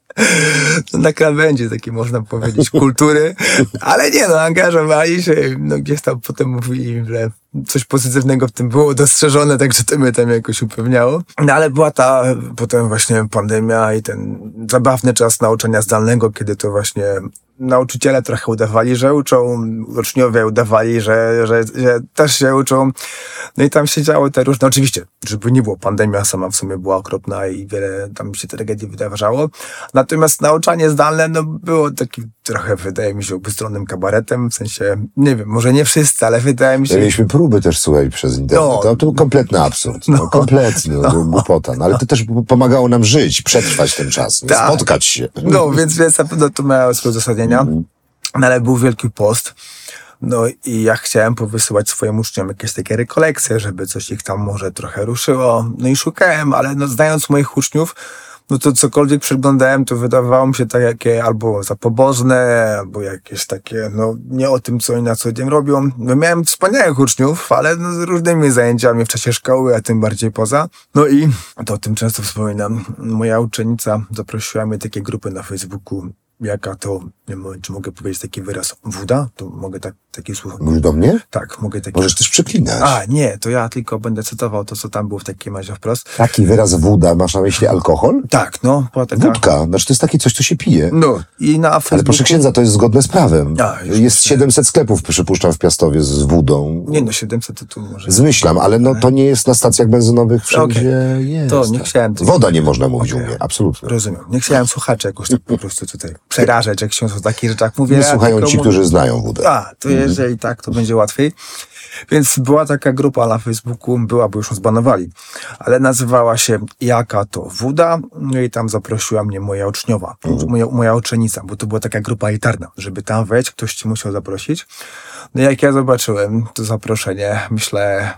no na krawędzi takie można powiedzieć kultury, ale nie no, angażowali się, no gdzieś tam potem mówili, że coś pozytywnego w tym było dostrzeżone, także to mnie tam jakoś upewniało. No ale była ta potem właśnie pandemia i ten zabawny czas nauczania zdalnego, kiedy to właśnie nauczyciele trochę udawali, że uczą, uczniowie udawali, że, że, że też się uczą. No i tam się działy te różne, oczywiście, żeby nie było, pandemia sama w sumie była okropna i wiele tam się tragedii wydarzało. Natomiast nauczanie zdalne, no było taki trochę, wydaje mi się, ubystronnym kabaretem, w sensie, nie wiem, może nie wszyscy, ale wydaje mi się... Mieliśmy próby też, słuchaj, przez internet. No. To, to był kompletny absurd. No, kompletny, no. głupota. No, ale to też pomagało nam żyć, przetrwać ten czas, nie? Tak. Spotkać się. No, więc, więc na pewno to miało swoje uzasadnienia. No, ale był Wielki Post. No i ja chciałem powysyłać swoim uczniom jakieś takie rekolekcje, żeby coś ich tam może trochę ruszyło. No i szukałem, ale no znając moich uczniów, no to cokolwiek przeglądałem, to wydawało mi się tak jakie albo za pobożne, albo jakieś takie, no nie o tym, co oni na co dzień robią. No miałem wspaniałych uczniów, ale no, z różnymi zajęciami w czasie szkoły, a tym bardziej poza. No i to o tym często wspominam. Moja uczennica zaprosiła mnie takie grupy na Facebooku, jaka to, nie wiem, czy mogę powiedzieć taki wyraz, wuda? To mogę tak, taki słów. Mówisz do mnie? Tak, mogę taki. Możesz też przeklinać. A, nie, to ja tylko będę cytował to, co tam było w takim razie wprost. Taki wyraz wóda, masz na myśli alkohol? Tak, no. Była taka... Wódka, znaczy to jest takie coś, co się pije. No, i na Facebooku... Ale proszę księdza, to jest zgodne z prawem. A, już jest myślę. siedemset sklepów, przypuszczam, w Piastowie z wódą. Nie no, siedemset to tu może... Zmyślam, ale no to nie jest na stacjach benzynowych wszędzie Okej. jest. To nie tak. chciałem... Woda nie można mówić Okej. u mnie, absolutnie. Rozumiem. Nie chciałem słuchaczy jakoś tak po prostu tutaj przerażać, jak ksiądz o takich rzeczach mówi. Nie słuchają ci, którzy znają wódę. A, to jeżeli tak, to będzie łatwiej. Więc była taka grupa na Facebooku, była, bo już ją zbanowali, ale nazywała się Jaka to Woda, no i tam zaprosiła mnie moja uczniowa, mhm. moja, moja uczennica, bo to była taka grupa elitarna, żeby tam wejść, ktoś ci musiał zaprosić. No i jak ja zobaczyłem to zaproszenie, myślę,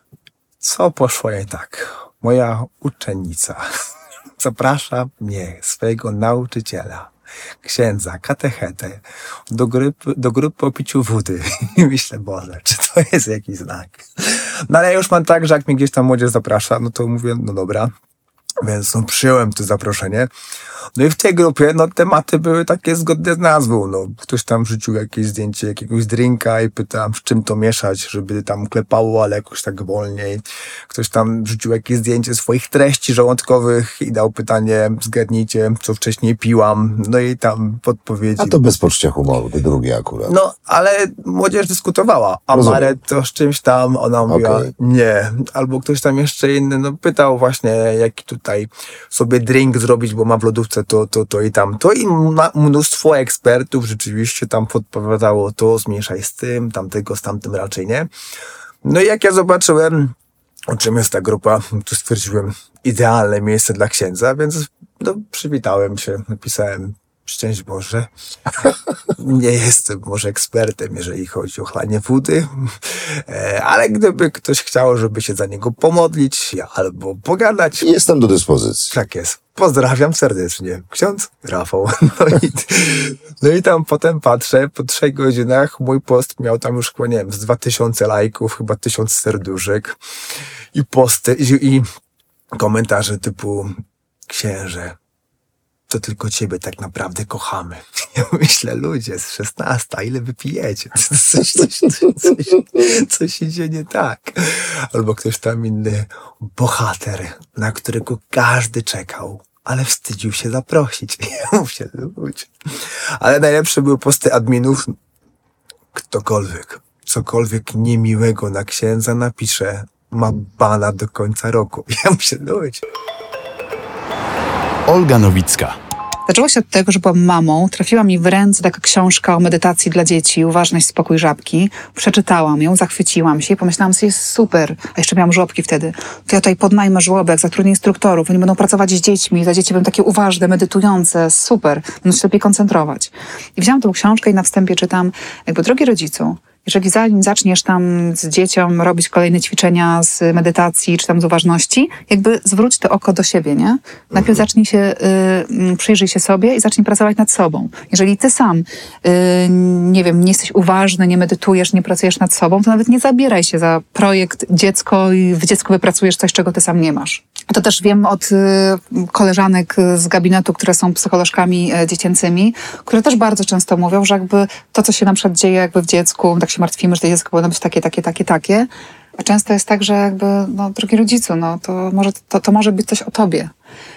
co poszło jej tak? Moja uczennica zaprasza mnie, swojego nauczyciela, księdza, katechetę, do grupy, do grupy o piciu wody. I myślę, Boże, czy to jest jakiś znak? No ale ja już mam tak, że jak mnie gdzieś tam młodzież zaprasza, no to mówię, no dobra. Więc no, przyjąłem to zaproszenie. No i w tej grupie no, tematy były takie zgodne z nazwą. No, ktoś tam wrzucił jakieś zdjęcie jakiegoś drinka i pytałem, z czym to mieszać, żeby tam klepało, ale jakoś tak wolniej. Ktoś tam wrzucił jakieś zdjęcie swoich treści żołądkowych i dał pytanie, zgadnijcie, co wcześniej piłam. No i tam podpowiedzi. A to bez poczucia humoru, to drugie akurat. No, ale młodzież dyskutowała. A Marek to z czymś tam, ona mówiła, okay. nie. Albo ktoś tam jeszcze inny, no pytał właśnie, jaki tutaj sobie drink zrobić, bo ma w lodówce to, to, to i tamto. I mnóstwo ekspertów rzeczywiście tam podpowiadało to, zmniejszaj z tym, tamtego z tamtym raczej nie. No i jak ja zobaczyłem, o czym jest ta grupa, to stwierdziłem, idealne miejsce dla księdza, więc no, przywitałem się, napisałem, szczęść Boże. Nie jestem może ekspertem, jeżeli chodzi o chlanie wody, ale gdyby ktoś chciał, żeby się za niego pomodlić albo pogadać... Jestem do dyspozycji. Tak jest. Pozdrawiam serdecznie. Ksiądz Rafał. No i, no i tam potem patrzę, po trzech godzinach mój post miał tam już chyba, nie wiem, z dwa tysiące lajków, chyba tysiąc serduszek i posty i, i komentarze typu księże, to tylko ciebie tak naprawdę kochamy. Ja myślę, ludzie, z szesnasta, ile wy pijecie? Coś, coś, coś, coś, coś się dzieje nie tak. Albo ktoś tam inny, bohater, na którego każdy czekał, ale wstydził się zaprosić. Ja mówię, ludzie. Ale najlepsze były posty adminów. Ktokolwiek, cokolwiek niemiłego na księdza napisze, ma bana do końca roku. Ja myślę, ludzie. Olga Nowicka. Zaczęło się od tego, że byłam mamą. Trafiła mi w ręce taka książka o medytacji dla dzieci, Uważność, spokój, żabki. Przeczytałam ją, zachwyciłam się i pomyślałam sobie, jest super. A jeszcze miałam żłobki wtedy. To ja tutaj podnajmę żłobek, zatrudnię instruktorów, oni będą pracować z dziećmi, za dzieci będą takie uważne, medytujące, super. Będą się lepiej koncentrować. I wzięłam tą książkę i na wstępie czytam, jakby, drogi rodzicu, jeżeli zanim zaczniesz tam z dzieciom robić kolejne ćwiczenia z medytacji czy tam z uważności, jakby zwróć to oko do siebie, nie? Najpierw zacznij się, y, przyjrzyj się sobie i zacznij pracować nad sobą. Jeżeli ty sam, y, nie wiem, nie jesteś uważny, nie medytujesz, nie pracujesz nad sobą, to nawet nie zabieraj się za projekt dziecko i w dziecku wypracujesz coś, czego ty sam nie masz. To też wiem od y, koleżanek z gabinetu, które są psycholożkami y, dziecięcymi, które też bardzo często mówią, że jakby to, co się na przykład dzieje jakby w dziecku, tak się martwimy, że to dziecko powinno być takie, takie, takie, takie. A często jest tak, że jakby, no, drogi rodzicu, no, to może, to, to może być coś o tobie.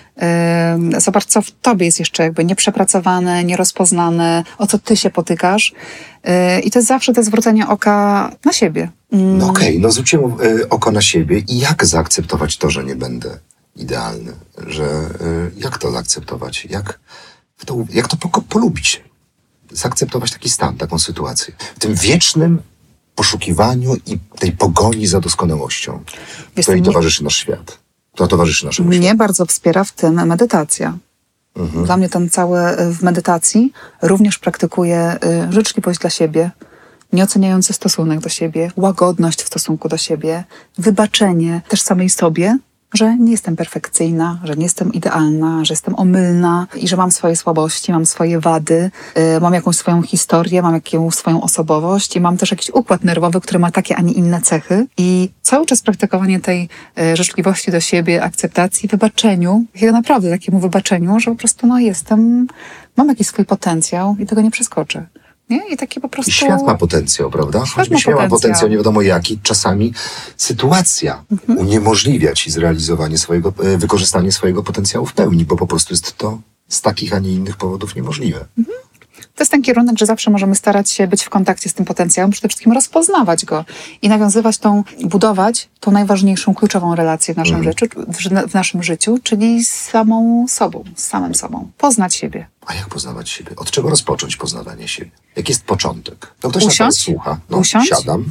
Yy, zobacz, co w tobie jest jeszcze jakby nieprzepracowane, nierozpoznane, o co ty się potykasz. Yy, I to jest zawsze to zwrócenie oka na siebie. Yy. No okej, okay, no zwróćmy y, oko na siebie i jak zaakceptować to, że nie będę idealny? Że y, jak to zaakceptować? Jak, w to, jak to po, polubić? Zaakceptować taki stan, taką sytuację. W tym wiecznym poszukiwaniu i tej pogoni za doskonałością, Wiesz, której mnie, towarzyszy nasz świat. To towarzyszy naszemu Mnie światu. bardzo wspiera w tym medytacja. Mhm. Dla mnie ten cały w medytacji również praktykuję życzliwość dla siebie, nieoceniający stosunek do siebie, łagodność w stosunku do siebie, wybaczenie też samej sobie, że nie jestem perfekcyjna, że nie jestem idealna, że jestem omylna i że mam swoje słabości, mam swoje wady, yy, mam jakąś swoją historię, mam jakąś swoją osobowość i mam też jakiś układ nerwowy, który ma takie, a nie inne cechy. I cały czas praktykowanie tej yy, życzliwości do siebie, akceptacji, wybaczeniu, takiego naprawdę takiemu wybaczeniu, że po prostu no jestem, mam jakiś swój potencjał i tego nie przeskoczę. Nie? I takie po prostu... I świat ma potencjał, prawda? Świat Choćby ma świat ma potencjał. potencjał, nie wiadomo jaki. Czasami sytuacja mhm. uniemożliwia ci zrealizowanie swojego, wykorzystanie swojego potencjału w pełni, bo po prostu jest to z takich, a nie innych powodów niemożliwe. Mhm. To jest ten kierunek, że zawsze możemy starać się być w kontakcie z tym potencjałem, przede wszystkim rozpoznawać go i nawiązywać tą, budować tą najważniejszą, kluczową relację w naszym, mm. życiu, w, w naszym życiu, czyli z samą sobą, z samym sobą. Poznać siebie. A jak poznawać siebie? Od czego rozpocząć poznawanie siebie? Jaki jest początek? No ktoś Usiąść? nas słucha. No, Usiąść? Siadam.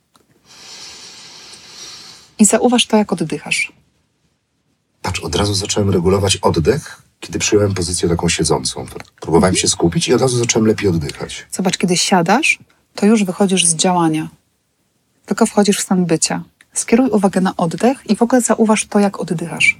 I zauważ to, jak oddychasz. Patrz, od razu zacząłem regulować oddech, kiedy przyjąłem pozycję taką siedzącą. Próbowałem się skupić i od razu zacząłem lepiej oddychać. Zobacz, kiedy siadasz, to już wychodzisz z działania. Tylko wchodzisz w stan bycia. Skieruj uwagę na oddech i w ogóle zauważ to, jak oddychasz.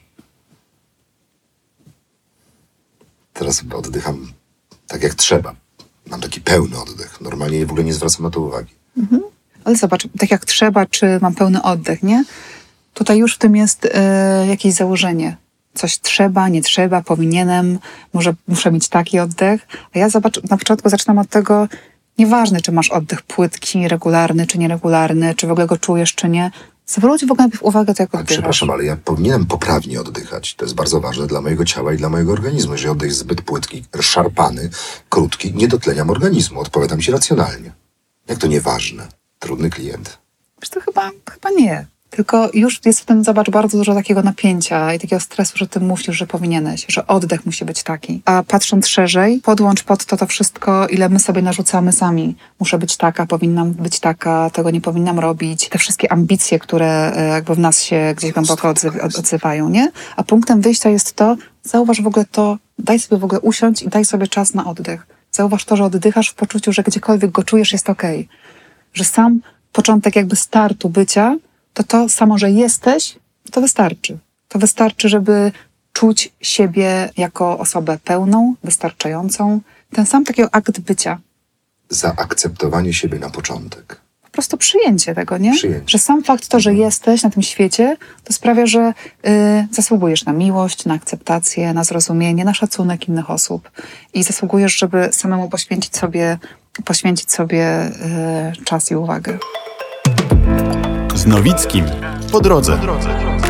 Teraz oddycham tak jak trzeba. Mam taki pełny oddech. Normalnie w ogóle nie zwracam na to uwagi. Mhm. Ale zobacz, tak jak trzeba, czy mam pełny oddech, nie? Tutaj już w tym jest y, jakieś założenie. Coś trzeba, nie trzeba, powinienem, może muszę mieć taki oddech. A ja zobacz, na początku zaczynam od tego, nieważne, czy masz oddech płytki, regularny, czy nieregularny, czy w ogóle go czujesz, czy nie. Zwróć w ogóle najpierw uwagę, to jak Ale oddychasz. przepraszam, ale ja powinienem poprawnie oddychać. To jest bardzo ważne dla mojego ciała i dla mojego organizmu. Jeżeli oddech jest zbyt płytki, szarpany, krótki, nie dotleniam organizmu. Odpowiadam ci racjonalnie. Jak to nieważne? Trudny klient. Wiesz, to chyba, chyba nie. Tylko już jest w tym, zobacz, bardzo dużo takiego napięcia i takiego stresu, że ty mówisz, że powinieneś, że oddech musi być taki. A patrząc szerzej, podłącz pod to to wszystko, ile my sobie narzucamy sami. Muszę być taka, powinnam być taka, tego nie powinnam robić. Te wszystkie ambicje, które jakby w nas się gdzieś głęboko odzy- odzywają, nie? A punktem wyjścia jest to, zauważ w ogóle to, daj sobie w ogóle usiąść i daj sobie czas na oddech. Zauważ to, że oddychasz w poczuciu, że gdziekolwiek go czujesz, jest okej. Okay. Że sam początek jakby startu bycia, to to samo, że jesteś, to wystarczy. To wystarczy, żeby czuć siebie jako osobę pełną, wystarczającą. Ten sam taki akt bycia. Zaakceptowanie siebie na początek. Po prostu przyjęcie tego, nie? Przyjęcie. Że sam fakt to, że jesteś na tym świecie, to sprawia, że y, zasługujesz na miłość, na akceptację, na zrozumienie, na szacunek innych osób. I zasługujesz, żeby samemu poświęcić sobie, poświęcić sobie y, czas i uwagę. Z Nowickim po drodze.